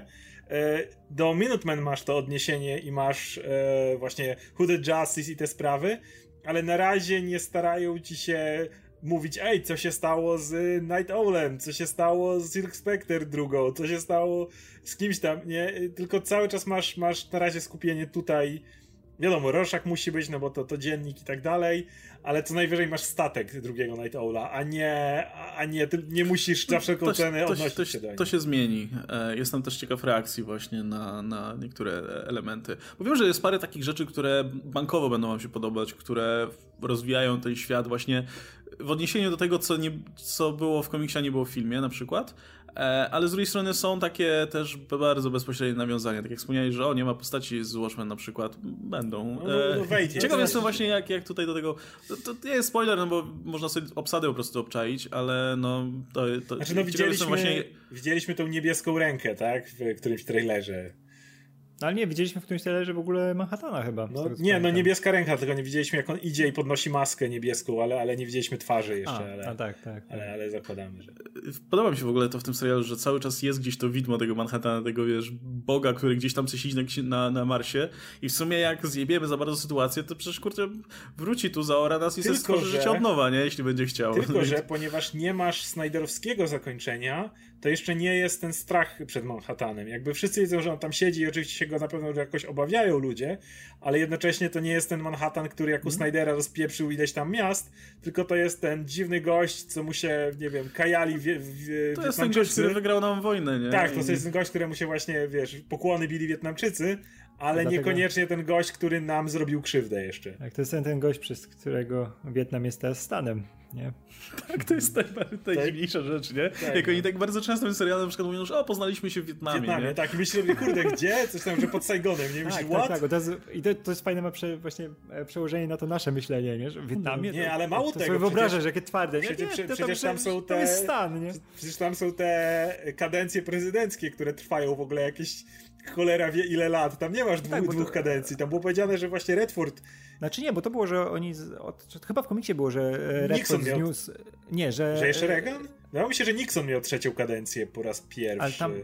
Do Minutemen masz to odniesienie i masz właśnie Hooded Justice i te sprawy, ale na razie nie starają ci się mówić, ej, co się stało z Night Owlem, co się stało z Silk Spectre drugą, co się stało z kimś tam, nie? Tylko cały czas masz, masz na razie skupienie tutaj. Wiadomo, Rorschach musi być, no bo to, to dziennik i tak dalej, ale co najwyżej masz statek drugiego Night Owla, a nie, a nie, ty nie musisz za wszelką cenę to, odnosić to, się do niej. To się zmieni. Jestem też ciekaw reakcji właśnie na, na niektóre elementy. Bo wiem, że jest parę takich rzeczy, które bankowo będą wam się podobać, które rozwijają ten świat właśnie w odniesieniu do tego, co, nie, co było w komiksie, a nie było w filmie na przykład. Ale z drugiej strony są takie też bardzo bezpośrednie nawiązania. Tak jak wspomniałeś, że o, nie ma postaci z Watchmen na przykład. Będą. No, no, wejdzie. Ciekaw jestem właśnie jak, jak tutaj do tego... To, to nie jest spoiler, no bo można sobie obsadę po prostu obczaić, ale no... To, to, znaczy no widzieliśmy, właśnie... widzieliśmy tą niebieską rękę, tak? W którymś trailerze. Ale nie, widzieliśmy w którymś trailerze w ogóle Manhattana chyba. No, nie, no niebieska ręka, tylko nie widzieliśmy jak on idzie i podnosi maskę niebieską, ale, ale nie widzieliśmy twarzy jeszcze. A, ale, a tak, tak, ale, tak. ale zakładamy, że... Podoba mi się w ogóle to w tym serialu, że cały czas jest gdzieś to widmo tego Manhattana, tego wiesz, Boga, który gdzieś tam coś siedzi na, na Marsie i w sumie jak zjebiemy za bardzo sytuację, to przecież kurczę wróci tu, zaora nas i sobie stworzy życie od nowa, nie? Jeśli będzie chciał. Tylko, że ponieważ nie masz Snyderowskiego zakończenia, to jeszcze nie jest ten strach przed Manhattanem. Jakby wszyscy wiedzą, że on tam siedzi i oczywiście się go na pewno jakoś obawiają ludzie, ale jednocześnie to nie jest ten Manhattan, który jak u mm. Snydera rozpieprzył ileś tam miast, tylko to jest ten dziwny gość, co mu się, nie wiem, kajali w, w, To jest ten gość, który wygrał nam wojnę, nie? Tak, to jest ten gość, któremu się właśnie, wiesz, pokłony bili Wietnamczycy, ale dlatego... niekoniecznie ten gość, który nam zrobił krzywdę jeszcze. Tak, to jest ten, ten gość, przez którego Wietnam jest teraz stanem, nie? Tak, to jest najdziwniejsza tak? rzecz, nie? Tak, Jak no. oni tak bardzo często w tym serialu na przykład mówią, że o, poznaliśmy się w Wietnamie, Wietnamie, nie? tak, i myślę, kurde, gdzie? Coś tam, że pod Saigonem, nie? Myślisz, tak, what? tak, tak, to jest, i to, to jest fajne ma prze, właśnie przełożenie na to nasze myślenie, nie? Że w Wietnamie... Nie, to, ale mało to tego. sobie wyobrażasz, jakie twarde. Nie, przecież, nie, to, przecież tam, tam są te... To jest stan, nie? Przecież tam są te kadencje prezydenckie, które trwają w ogóle jakieś cholera wie ile lat. Tam nie masz dwóch, tak, dwóch to... kadencji. Tam było powiedziane, że właśnie Redford... Znaczy nie, bo to było, że oni... Z, od, chyba w komiksie było, że Redford zniósł... Nie, że... Że jeszcze Reagan? Wydawało mi się, że Nixon miał trzecią kadencję po raz pierwszy. Ale tam...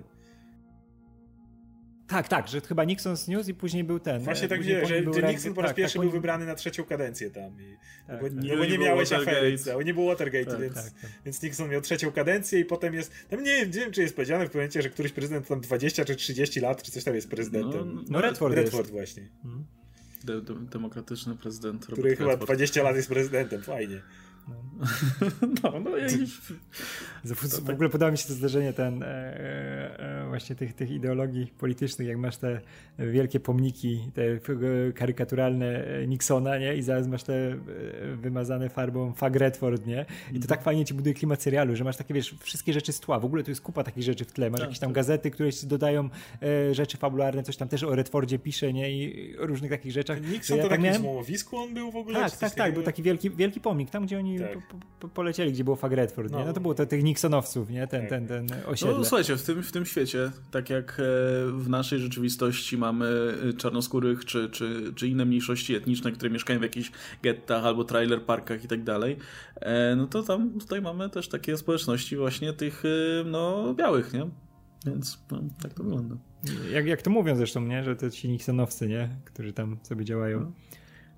Tak, tak, że chyba Nixon zniósł i później był ten. Właśnie tak, że, że Nixon po raz tak, pierwszy tak, był wybrany na trzecią kadencję tam. I, tak, bo, tak. No bo nie, nie miałeś afery, nie było Watergate, tak, więc, tak, tak. więc Nixon miał trzecią kadencję i potem jest, tam nie, nie wiem, czy jest powiedziane w pewnym momencie, że któryś prezydent tam dwadzieścia czy trzydzieści lat, czy coś tam jest prezydentem. No, no Redford, Redford właśnie. Hmm. De, de, demokratyczny prezydent. Który Robert chyba Redford. dwadzieścia lat jest prezydentem, fajnie. No, no, no jakiś... W ogóle podoba mi się to zdarzenie ten, e, e, właśnie tych, tych ideologii politycznych, jak masz te wielkie pomniki, te karykaturalne Nixona, nie? I zaraz masz te wymazane farbą Fag Redford, nie? I to tak fajnie ci buduje klimat serialu, że masz takie, wiesz, wszystkie rzeczy z tła. W ogóle tu jest kupa takich rzeczy w tle. Masz tak, jakieś tam tak. gazety, które ci dodają e, rzeczy fabularne, coś tam też o Redfordzie pisze, nie? I o różnych takich rzeczach. Ten Nixon to ja takim miałem... złomowisku on był w ogóle? Tak, tak, tak. Był taki wielki, wielki pomnik, tam gdzie oni Tak. Po, po, polecieli, gdzie było Fag Redford, no. nie? No to było to tych Nixonowców, nie? Ten, tak. ten, ten osiedle. No słuchajcie, w tym, w tym świecie, tak jak w naszej rzeczywistości mamy czarnoskórych czy, czy, czy inne mniejszości etniczne, które mieszkają w jakichś gettach albo trailer parkach i tak dalej, no to tam tutaj mamy też takie społeczności właśnie tych no białych, nie? Więc no, tak to wygląda. Jak, jak to mówią zresztą, nie? Że to ci Nixonowcy, nie? Którzy tam sobie działają. No.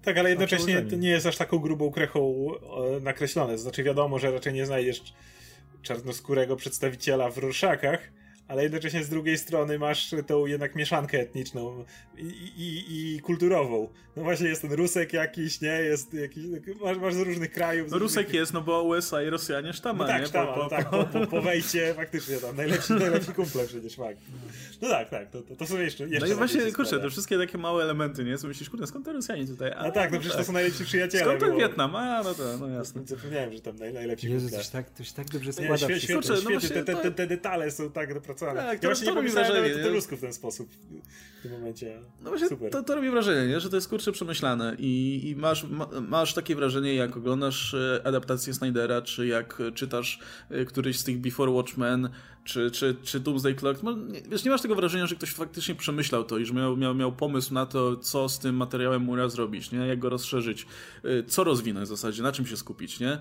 Tak, ale jednocześnie to nie jest aż taką grubą krechą nakreślone. To znaczy wiadomo, że raczej nie znajdziesz czarnoskórego przedstawiciela w Rorschachach, ale jednocześnie z drugiej strony masz tą jednak mieszankę etniczną i, i, i kulturową. No właśnie jest ten Rusek jakiś, nie? Jest jakiś, masz, masz z różnych krajów. Z no Rusek różnych... jest, no bo U S A i Rosjanie sztama, no tak, nie? Sztama, po, po, tak, po, po, po wejście faktycznie tam najlepsi, najlepsi kumple przecież, fakt. No tak, tak, to, to, to są jeszcze, jeszcze no i właśnie, kurczę, te wszystkie takie małe elementy, nie? Co myślisz, kurde, skąd te Rosjanie tutaj? A, no tak, no przecież tak. To są najlepsi przyjaciele. Skąd ten Wietnam? A, no to, no jasne. Zapomniałem, że tam naj, najlepsi Jezu, kumple. Jezu, tak, to się tak dobrze składa. Nie, świetnie, świetnie, kurczę, no świetnie. właśnie, te, te, to... te detale są tak dopracowane. Tak, ja to, właśnie to nie robi pomyślałem wrażenie, nawet o Rusku w ten sposób w tym momencie. No właśnie, super. To, to robi wrażenie, nie? Że to jest kurczę przemyślane i, i masz, ma, masz takie wrażenie, jak oglądasz adaptację Snydera, czy jak czytasz któryś z tych Before Watchmen, czy, czy, czy Doomsday Clock. No, wiesz, nie masz tego wrażenia, że ktoś faktycznie przemyślał to i że miał, miał, miał pomysł na to, co z tym materiałem Mura zrobić, nie? Jak go rozszerzyć, co rozwinąć w zasadzie, na czym się skupić, nie?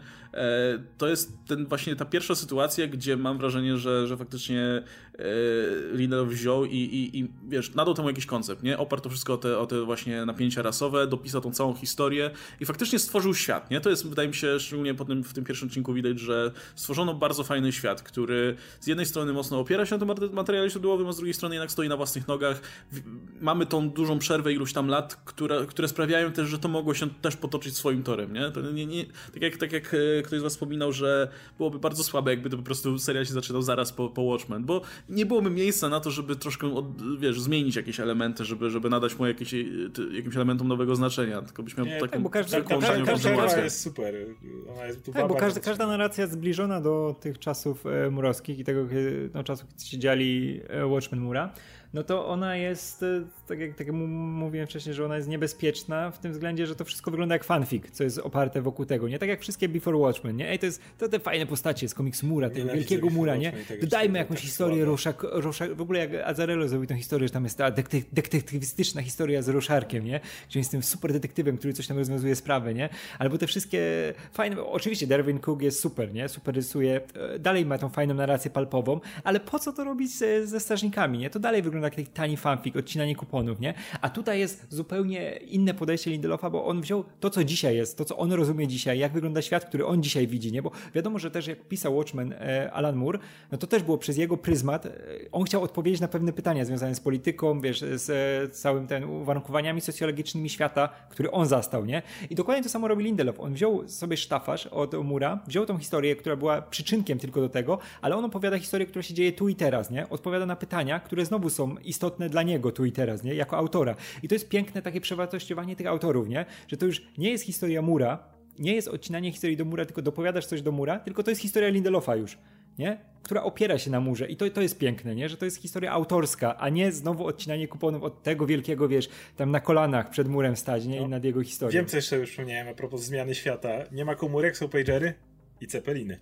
To jest ten, właśnie ta pierwsza sytuacja, gdzie mam wrażenie, że, że faktycznie Lindelof wziął i, i, i wiesz, nadał temu jakiś koncept, nie? Oparł to wszystko o te, o te właśnie napięcia rasowe, dopisał tą całą historię i faktycznie stworzył świat, nie? To jest, wydaje mi się, szczególnie po tym, w tym pierwszym odcinku widać, że stworzono bardzo fajny świat, który z jednej strony mocno opiera się na tym materiale źródłowym, a z drugiej strony jednak stoi na własnych nogach. Mamy tą dużą przerwę iluś tam lat, które, które sprawiają też, że to mogło się też potoczyć swoim torem, nie? To nie, nie tak, jak, tak jak ktoś z was wspominał, że byłoby bardzo słabe, jakby to po prostu serial się zaczynał zaraz po, po Watchmen, bo nie byłoby miejsca na to, żeby troszkę, od, wiesz, zmienić jakieś elementy, żeby, żeby nadać mu jakieś, jakimś elementom nowego znaczenia, tylko byś miał nie, taką... Tak, bo każda, taką każda, każda narracja jest super. Ona jest tak, bo każda, każda narracja zbliżona do tych czasów e, murowskich i tego no, czasu, kiedy się dziali e, Watchmen Mura, no to ona jest, e, tak jak, tak jak mówiłem wcześniej, że ona jest niebezpieczna w tym względzie, że to wszystko wygląda jak fanfic, co jest oparte wokół tego, nie? Tak jak wszystkie Before Watchmen, nie? Ej, to jest to te fajne postacie z komiksu Mura, tego Nienawidzę wielkiego Mura, nie? Dodajmy jakąś tak historię Rorschach, Rorschach, w ogóle jak Azzarello zrobił tę historię, że tam jest ta detektywistyczna historia z Rorschachiem, nie? Gdzie jest tym super detektywem, który coś tam rozwiązuje sprawy, nie? Albo te wszystkie fajne, oczywiście Darwin Cook jest super, nie? Super rysuje, dalej ma tą fajną narrację palpową, ale po co to robić ze, ze strażnikami, nie? To dalej wygląda jak taki tani fanfic, odcinanie kuponów, nie? A tutaj jest zupełnie inne podejście Lindelofa, bo on wziął to, co dzisiaj jest, to, co on rozumie dzisiaj, jak wygląda świat, który on dzisiaj widzi, nie? Bo wiadomo, że też jak pisał Watchmen e, Alan Moore, no to też było przez jego pryzmat, e, on chciał odpowiedzieć na pewne pytania związane z polityką, wiesz, z e, całym ten uwarunkowaniami socjologicznymi świata, który on zastał, nie? I dokładnie to samo robi Lindelof. On wziął sobie sztafaż od Moore'a, wziął tą historię, która była przyczynkiem tylko do tego, ale on opowiada historię, która się dzieje tu i teraz, nie? Odpowiada na pytania, które znowu są istotne dla niego tu i teraz, nie? Jako autora. I to jest piękne takie przewartościowanie tych autorów, nie? Że to już nie jest historia Moore'a, nie jest odcinanie historii do Moore'a, tylko dopowiadasz coś do Moore'a, tylko to jest historia Lindelofa już, nie? Która opiera się na Moorze i to, to jest piękne, nie? Że to jest historia autorska, a nie znowu odcinanie kuponów od tego wielkiego, wiesz, tam na kolanach przed murem stać, nie? I no, nad jego historią. Wiem, co jeszcze już wspomniałem a propos zmiany świata. Nie ma komórek, są pagery i cepeliny.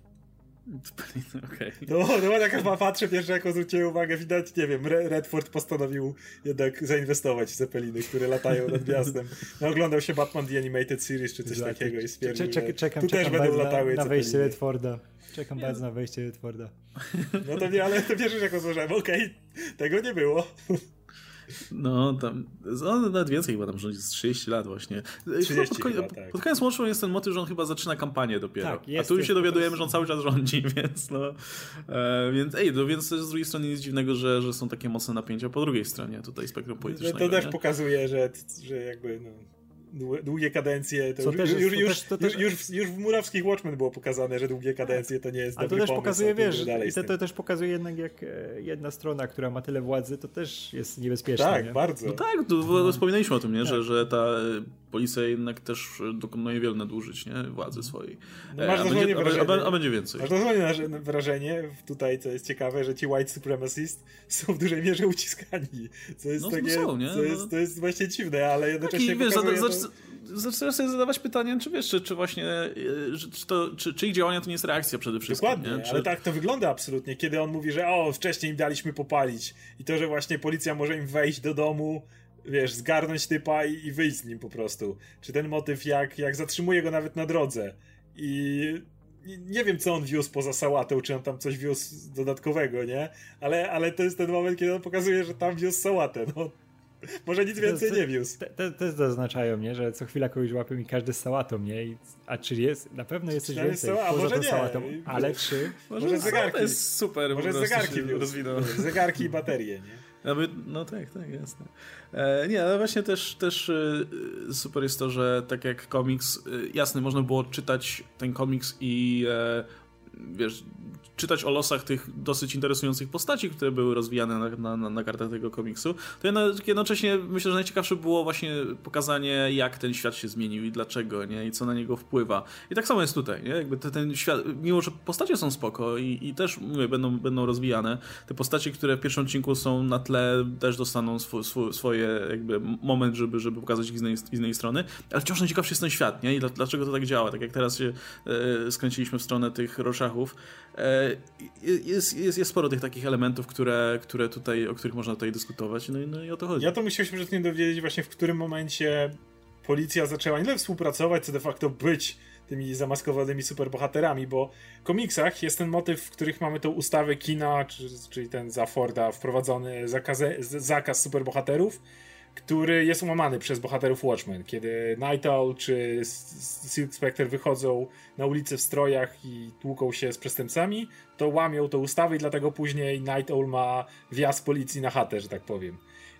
Okay. No, no tak jak patrzę, pierwsze jaką zwróciłem uwagę, widać, nie wiem, Redford postanowił jednak zainwestować w Zeppeliny, które latają nad miastem. No, oglądał się Batman The Animated Series czy coś Zlaty. takiego i stwierdził, czek, czek, czekam, tu czekam też będą latały na, na wejście Redforda. Czekam bardzo na wejście Redforda. No to nie, ale to pierwszy jak usłyszałem, okej, okay, tego nie było. No, tam, on nawet więcej chyba tam rządzi, z trzydzieści lat właśnie. trzydzieści pod, chyba, tak. pod koniec Watchmen jest ten motyw, że on chyba zaczyna kampanię dopiero. Tak, jest, a tu już się dowiadujemy, jest. że on cały czas rządzi, więc no. E, więc ej, no, więc z drugiej strony nic dziwnego, że, że są takie mocne napięcia po drugiej stronie tutaj spektrum politycznego. To też nie? pokazuje, że, że jakby no, długie kadencje, to, już, też, już, to już, też, to też... już, już, już w Murawskich Watchmen było pokazane, że długie kadencje to nie jest Ale dobry to też pomysł. pokazuje, wiesz, dalej to, to też pokazuje jednak jak jedna strona, która ma tyle władzy, to też jest niebezpieczne. Tak, nie? bardzo. No tak, to no. wspominaliśmy o tym, nie? Tak. Że, że ta policja jednak też dokonuje wiele nadużyć, nie? Władzy swojej. No, masz a, będzie, wrażenie, a, a będzie więcej. Masz dosłownie wrażenie, tutaj co jest ciekawe, że ci white supremacists są w dużej mierze uciskani. Co jest no, takie, są, nie? co jest, to jest właśnie dziwne, ale jednocześnie tak, i, wiesz, pokazuje zada, to... Zaczynasz sobie zadawać pytanie, czy wiesz, czy, czy właśnie, czy, to, czy, czy ich działania to nie jest reakcja przede wszystkim. Dokładnie, nie? Czy... ale tak to wygląda absolutnie, kiedy on mówi, że o, wcześniej im daliśmy popalić i to, że właśnie policja może im wejść do domu, wiesz, zgarnąć typa i, i wyjść z nim po prostu. Czy ten motyw, jak, jak zatrzymuje go nawet na drodze i... Nie wiem, co on wiózł poza sałatą, czy on tam coś wiózł dodatkowego, nie? Ale, ale to jest ten moment, kiedy on pokazuje, że tam wiózł sałatę, no. Może nic więcej to, to, nie wiózł. Te, te, też zaznaczają, nie? Że co chwila kogoś łapią i każdy z sałatą, nie? I, a czy jest? Na pewno jest coś więcej a poza może tą nie. sałatą, ale czy? Może, może zegarki. To jest super, może zegarki rozwinął. Zegarki i baterie, nie? Nawet, no tak, tak, jasne. E, nie, ale właśnie też, też e, super jest to, że tak jak komiks, e, jasne, można było czytać ten komiks i e, wiesz, czytać o losach tych dosyć interesujących postaci, które były rozwijane na, na, na kartach tego komiksu, to jednocześnie myślę, że najciekawsze było właśnie pokazanie, jak ten świat się zmienił i dlaczego, nie? I co na niego wpływa. I tak samo jest tutaj, nie? Jakby te, ten świat, mimo że postacie są spoko i, i też, mówię, będą, będą rozwijane, te postacie, które w pierwszym odcinku są na tle, też dostaną sw, sw, swoje jakby moment, żeby, żeby pokazać ich z innej, z innej strony, ale wciąż najciekawszy jest ten świat, nie? I dlaczego to tak działa? Tak jak teraz się e, skręciliśmy w stronę tych Rorschachów, e, Jest, jest, jest sporo tych takich elementów, które, które tutaj, o których można tutaj dyskutować, no i, no i o to chodzi. Ja to musiałem się przed tym dowiedzieć właśnie, w którym momencie policja zaczęła nie tyle współpracować, co de facto być tymi zamaskowanymi superbohaterami, bo w komiksach jest ten motyw, w których mamy tą ustawę kina, czyli ten za Forda wprowadzony zakaze, zakaz superbohaterów, który jest łamany przez bohaterów Watchmen. Kiedy Night Owl czy Silk Spectre wychodzą na ulicę w strojach i tłuką się z przestępcami, to łamią tę ustawę i dlatego później Night Owl ma wjazd policji na chatę, że tak powiem.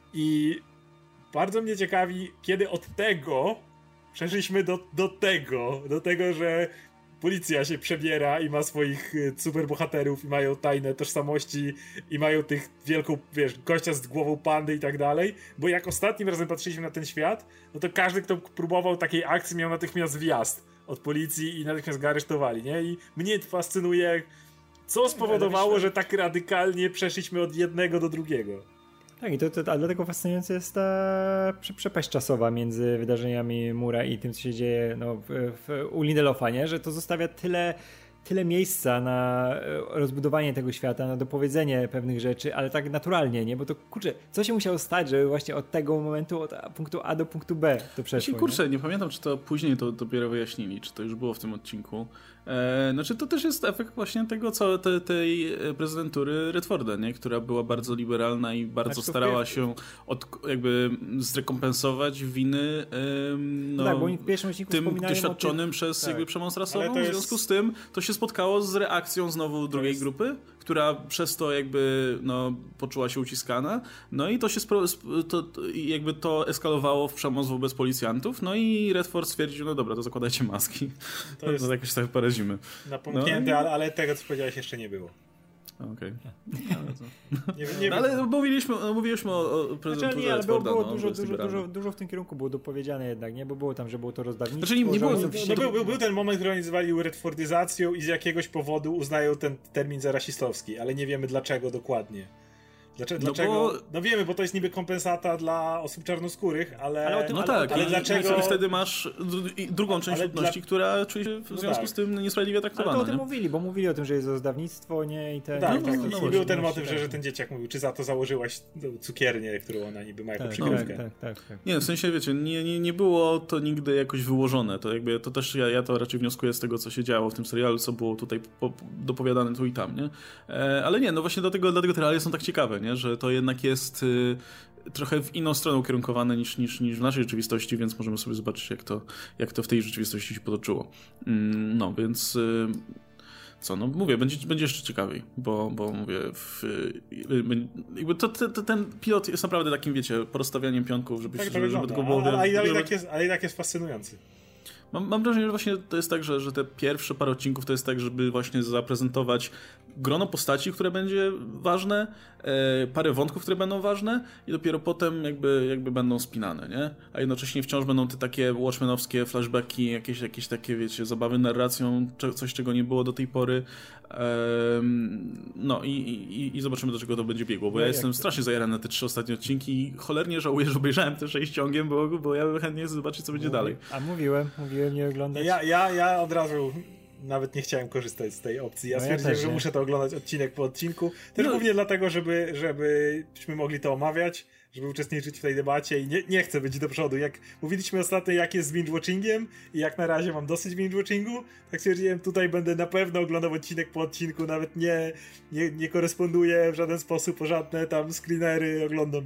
I bardzo mnie ciekawi, kiedy od tego przeszliśmy do, do tego, do tego, że policja się przebiera i ma swoich superbohaterów i mają tajne tożsamości i mają tych wielką, wiesz, gościa z głową pandy i tak dalej, bo jak ostatnim razem patrzyliśmy na ten świat, no to każdy, kto próbował takiej akcji, miał natychmiast wjazd od policji i natychmiast go aresztowali, nie? I mnie fascynuje, co spowodowało, że tak radykalnie przeszliśmy od jednego do drugiego. Tak, i to, to, a dlatego fascynująca jest ta przepaść czasowa między wydarzeniami Mura i tym, co się dzieje no, w, w, u Lindelofa, nie? Że to zostawia tyle, tyle miejsca na rozbudowanie tego świata, na dopowiedzenie pewnych rzeczy, ale tak naturalnie, nie? Bo to, kurczę, co się musiało stać, żeby właśnie od tego momentu, od punktu A do punktu B to przeszło, kurczę, nie? nie pamiętam, czy to później to dopiero wyjaśnili, czy to już było w tym odcinku. E, znaczy to też jest efekt właśnie tego, co te, tej prezydentury Redforda, nie? Która była bardzo liberalna i bardzo znaczy, starała się od, jakby zrekompensować winy ym, no, tak, bo w pierwszym odcinku tym doświadczonym tych... przez tak. jakby przemoc rasową. jest... W związku z tym to się spotkało z reakcją znowu drugiej jest... grupy, która przez to jakby no, poczuła się uciskana. No i to się spro... to, jakby to eskalowało w przemoc wobec policjantów. No i Redford stwierdził, no dobra, to zakładajcie maski. To jest to jakoś tak parę zimy. Napomknięte, no. ale, ale tego, co powiedziałeś, jeszcze nie było. Okej. Okay. No, nie, nie no, ale mówiliśmy, mówiliśmy o, o prezydenturze znaczy, nie, ale było, było no, dużo, dużo, dużo, dużo w tym kierunku było dopowiedziane jednak, nie? Bo było tam, że było to rozdawnictwo. Znaczy, nie, nie było, no, no, był, był, był ten moment, który oni zwali redfordyzacją i z jakiegoś powodu uznają ten termin za rasistowski, ale nie wiemy dlaczego dokładnie. Dlaczego? No, dlaczego? Bo... no wiemy, bo to jest niby kompensata dla osób czarnoskórych, ale... ale tym, no ale, tak, ale i, dlaczego... I wtedy masz drugą część ale ludności, dla... która czuje się w no związku tak. z tym niesprawiedliwie traktowana. Ale to o tym nie? mówili, bo mówili o tym, że jest rozdawnictwo, nie? I te... tak, no, tak. No, I, no, i był no, ten no, motyw, tak. że, że ten dzieciak mówił, czy za to założyłaś cukiernię, którą ona niby ma jako tak, przykrywkę. Tak, tak, tak, tak. Nie, w sensie, wiecie, nie, nie, nie było to nigdy jakoś wyłożone. To jakby, to też ja, ja to raczej wnioskuję z tego, co się działo w tym serialu, co było tutaj po, dopowiadane tu i tam, nie? E, ale nie, no właśnie dlatego, dlatego te realia są tak ciekawe, nie? Że to jednak jest y, trochę w inną stronę ukierunkowane niż, niż, niż w naszej rzeczywistości, więc możemy sobie zobaczyć, jak to, jak to w tej rzeczywistości się potoczyło. Mm, no, więc... Y, Co, no mówię, będzie, będzie jeszcze ciekawiej, bo, bo mówię, w, jakby to, to, ten pilot jest naprawdę takim, wiecie, porozstawianiem pionków, żeby, tak żeby, żeby tylko było... Ale, ale, ale, żeby... i tak jest, ale i tak jest fascynujący. Mam, mam wrażenie, że właśnie to jest tak, że, że te pierwsze parę odcinków to jest tak, żeby właśnie zaprezentować grono postaci, które będzie ważne, e, parę wątków, które będą ważne i dopiero potem jakby, jakby będą spinane, nie? A jednocześnie wciąż będą te takie watchmenowskie flashbacki, jakieś, jakieś takie, wiecie, zabawy narracją, coś, czego nie było do tej pory. E, no i, i, i zobaczymy, do czego to będzie biegło, bo ja, ja jestem strasznie zajarany na te trzy ostatnie odcinki i cholernie żałuję, że obejrzałem te sześć ciągiem, bo, bo ja chętnie chcę zobaczyć, co będzie Mówi, dalej. A mówiłem, mówiłem nie oglądać. Ja, ja, ja od razu nawet nie chciałem korzystać z tej opcji. Ja no stwierdziłem, ja że muszę to oglądać odcinek po odcinku. Też no. głównie dlatego, żeby, żebyśmy mogli to omawiać, żeby uczestniczyć w tej debacie i nie, nie chcę być do przodu. Jak mówiliśmy ostatnio, jak jest z binge-watchingiem i jak na razie mam dosyć binge-watchingu, tak stwierdziłem, tutaj będę na pewno oglądał odcinek po odcinku, nawet nie, nie, nie koresponduję w żaden sposób o żadne tam screenery, oglądam to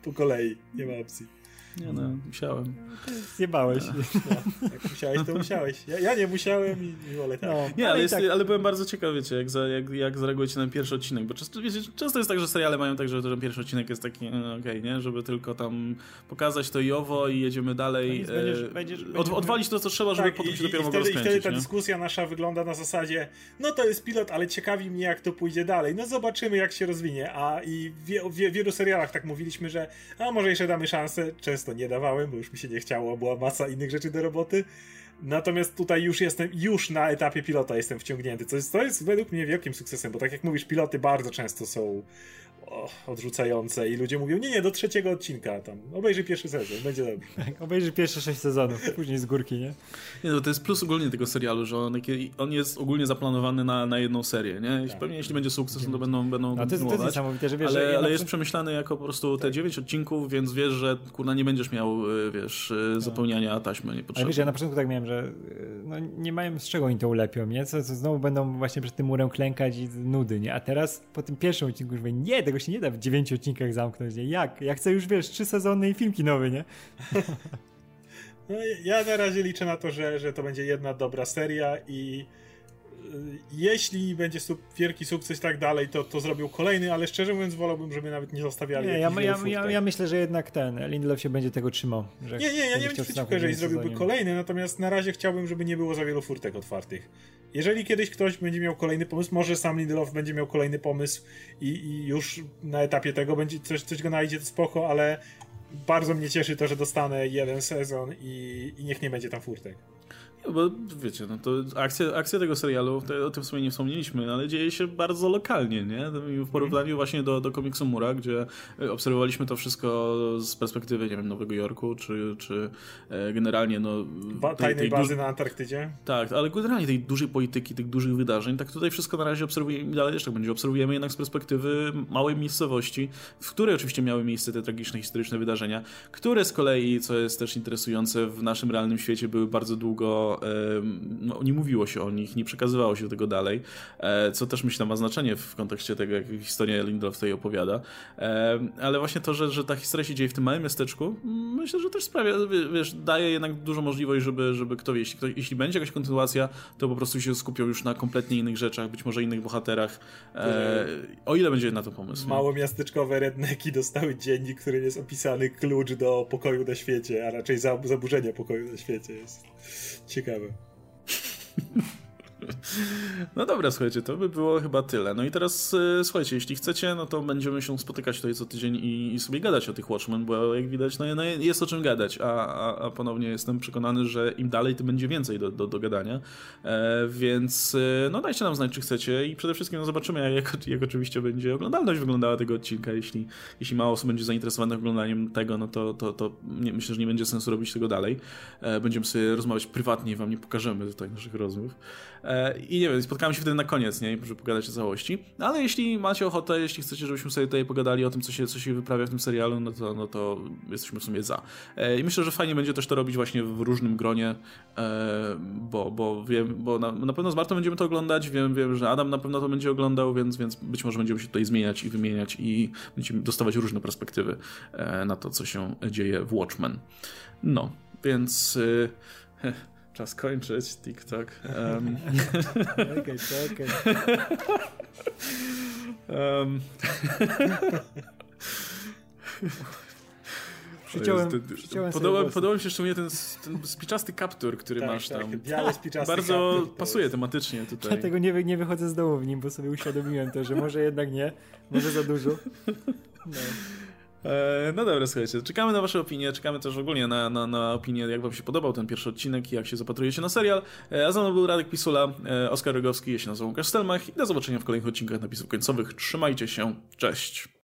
po kolei, nie ma opcji. Nie no, musiałem. Zjebałeś. No, jak musiałeś, to musiałeś. Ja, ja nie musiałem i, i wolę tak. No, nie, ale, jest, tak... ale byłem bardzo ciekaw, wiecie, jak, za, jak, jak zareagujecie na pierwszy odcinek, bo często, wiecie, często jest tak, że seriale mają tak, że ten pierwszy odcinek jest taki okej, okay, nie? Żeby tylko tam pokazać to i owo i jedziemy dalej. No będziesz, e, będziesz, od, będziesz... odwalić to, co trzeba, żeby tak, potem i, się dopiero i mogło wtedy, rozkręcić. I wtedy ta nie? dyskusja nasza wygląda na zasadzie, no to jest pilot, ale ciekawi mnie, jak to pójdzie dalej. No zobaczymy, jak się rozwinie. A i w wie, wie, wielu serialach tak mówiliśmy, że a może jeszcze damy szansę. Często nie dawałem, bo już mi się nie chciało, była masa innych rzeczy do roboty. Natomiast tutaj już jestem, już na etapie pilota jestem wciągnięty, co jest, to jest według mnie wielkim sukcesem, bo tak jak mówisz, piloty bardzo często są o, odrzucające i ludzie mówią, nie, nie, do trzeciego odcinka tam, obejrzyj pierwszy sezon, będzie dobrze. Tak, obejrzyj pierwsze sześć sezonów, później z górki, nie? Nie, no to jest plus ogólnie tego serialu, że on, on jest ogólnie zaplanowany na, na jedną serię, nie? Jeśli, tak. Pewnie jeśli będzie sukces, no to będą, będą no, to, jest, to jest niesamowite, że wiesz, ale, że ale ja jest przemyślany jako po prostu te tak. dziewięć odcinków, więc wiesz, że kurna nie będziesz miał, wiesz, no. zapełniania taśmy niepotrzebnej. Ale wiesz, ja na początku tak miałem, że no, nie mają z czego oni to ulepią, nie? Co, co znowu będą właśnie przed tym murem klękać i nudy, nie? A teraz po tym pierwszym odcinku już mówię, nie, tego się nie da w dziewięciu odcinkach zamknąć, nie? Jak? Ja chcę już, wiesz, trzy sezony i film kinowy, nie? No, ja na razie liczę na to, że, że to będzie jedna dobra seria i jeśli będzie su- wielki sukces i tak dalej, to, to zrobią kolejny, ale szczerze mówiąc wolałbym, żeby nawet nie zostawiali. Nie, ja, ja, ja, ja myślę, że jednak ten Lindelof się będzie tego trzymał. Że nie, nie, ja nie wiem, przeciwko, jeżeli zrobiłby sezonie. Kolejny, natomiast na razie chciałbym, żeby nie było za wielu furtek otwartych. Jeżeli kiedyś ktoś będzie miał kolejny pomysł, może sam Lindelof będzie miał kolejny pomysł i, i już na etapie tego będzie coś, coś go najdzie, to spoko, ale bardzo mnie cieszy to, że dostanę jeden sezon i, i niech nie będzie tam furtek. No bo wiecie, no to akcja, akcja tego serialu, to, o tym w sumie nie wspomnieliśmy, ale dzieje się bardzo lokalnie, nie? W porównaniu mm. właśnie do, do komiksu Mura, gdzie obserwowaliśmy to wszystko z perspektywy, nie wiem, Nowego Jorku, czy, czy generalnie no... Ba- tajnej tej bazy duż... na Antarktydzie. Tak, ale generalnie tej dużej polityki, tych dużych wydarzeń, tak tutaj wszystko na razie obserwujemy i dalej jeszcze będzie. Obserwujemy jednak z perspektywy małej miejscowości, w której oczywiście miały miejsce te tragiczne, historyczne wydarzenia, które z kolei, co jest też interesujące, w naszym realnym świecie były bardzo długo no, nie mówiło się o nich, nie przekazywało się tego dalej, co też myślę ma znaczenie w kontekście tego, jak historię Lindelof tutaj opowiada, ale właśnie to, że, że ta historia się dzieje w tym małym miasteczku, myślę, że też sprawia, wiesz, daje jednak dużą możliwość, żeby, żeby kto wie, jeśli, kto, jeśli będzie jakaś kontynuacja, to po prostu się skupią już na kompletnie innych rzeczach, być może innych bohaterach, e, o ile będzie na to pomysł. Mało miasteczkowe redneki dostały dziennik, w którym jest opisany klucz do pokoju na świecie, a raczej zaburzenia pokoju na świecie. Jest ciekawe. No dobra, słuchajcie, to by było chyba tyle. No i teraz e, słuchajcie, jeśli chcecie, no to będziemy się spotykać tutaj co tydzień i, i sobie gadać o tych Watchmen, bo jak widać, no, no jest o czym gadać, a, a, a ponownie jestem przekonany, że im dalej, tym będzie więcej do, do, do gadania. E, więc e, no dajcie nam znać, czy chcecie i przede wszystkim no, zobaczymy, jak, jak oczywiście będzie oglądalność wyglądała tego odcinka. Jeśli, jeśli mało osób będzie zainteresowanych oglądaniem tego, no to, to, to nie, myślę, że nie będzie sensu robić tego dalej. E, będziemy sobie rozmawiać prywatnie, wam nie pokażemy tutaj naszych rozmów. I nie wiem, spotkamy się wtedy na koniec, nie? Żeby pogadać o całości. Ale jeśli macie ochotę, jeśli chcecie, żebyśmy sobie tutaj pogadali o tym, co się, co się wyprawia w tym serialu, no to, no to jesteśmy w sumie za. I myślę, że fajnie będzie też to robić właśnie w różnym gronie, bo, bo wiem, bo na, na pewno z Martą będziemy to oglądać, wiem, wiem, że Adam na pewno to będzie oglądał, więc, więc być może będziemy się tutaj zmieniać i wymieniać i będziemy dostawać różne perspektywy na to, co się dzieje w Watchmen. No, więc... Czas kończyć, TikTok. Um. Czekaj, czekaj. um. Przyciąłem, przyciąłem podoba, podoba mi się jeszcze mnie ten, ten spiczasty kaptur, który tak, masz tam. Tak, biały spiczasty bardzo kaptur, pasuje jest. tematycznie tutaj. Dlatego nie, nie wychodzę z domu w nim, bo sobie uświadomiłem to, że może jednak nie, może za dużo. No. No dobra, słuchajcie, czekamy na wasze opinie, czekamy też ogólnie na, na, na opinię, jak wam się podobał ten pierwszy odcinek i jak się zapatrujecie na serial. A ze mną był Radek Pisula, Oskar Rogowski, ja się nazywam Łukasz Stelmach i do zobaczenia w kolejnych odcinkach napisów końcowych. Trzymajcie się, cześć!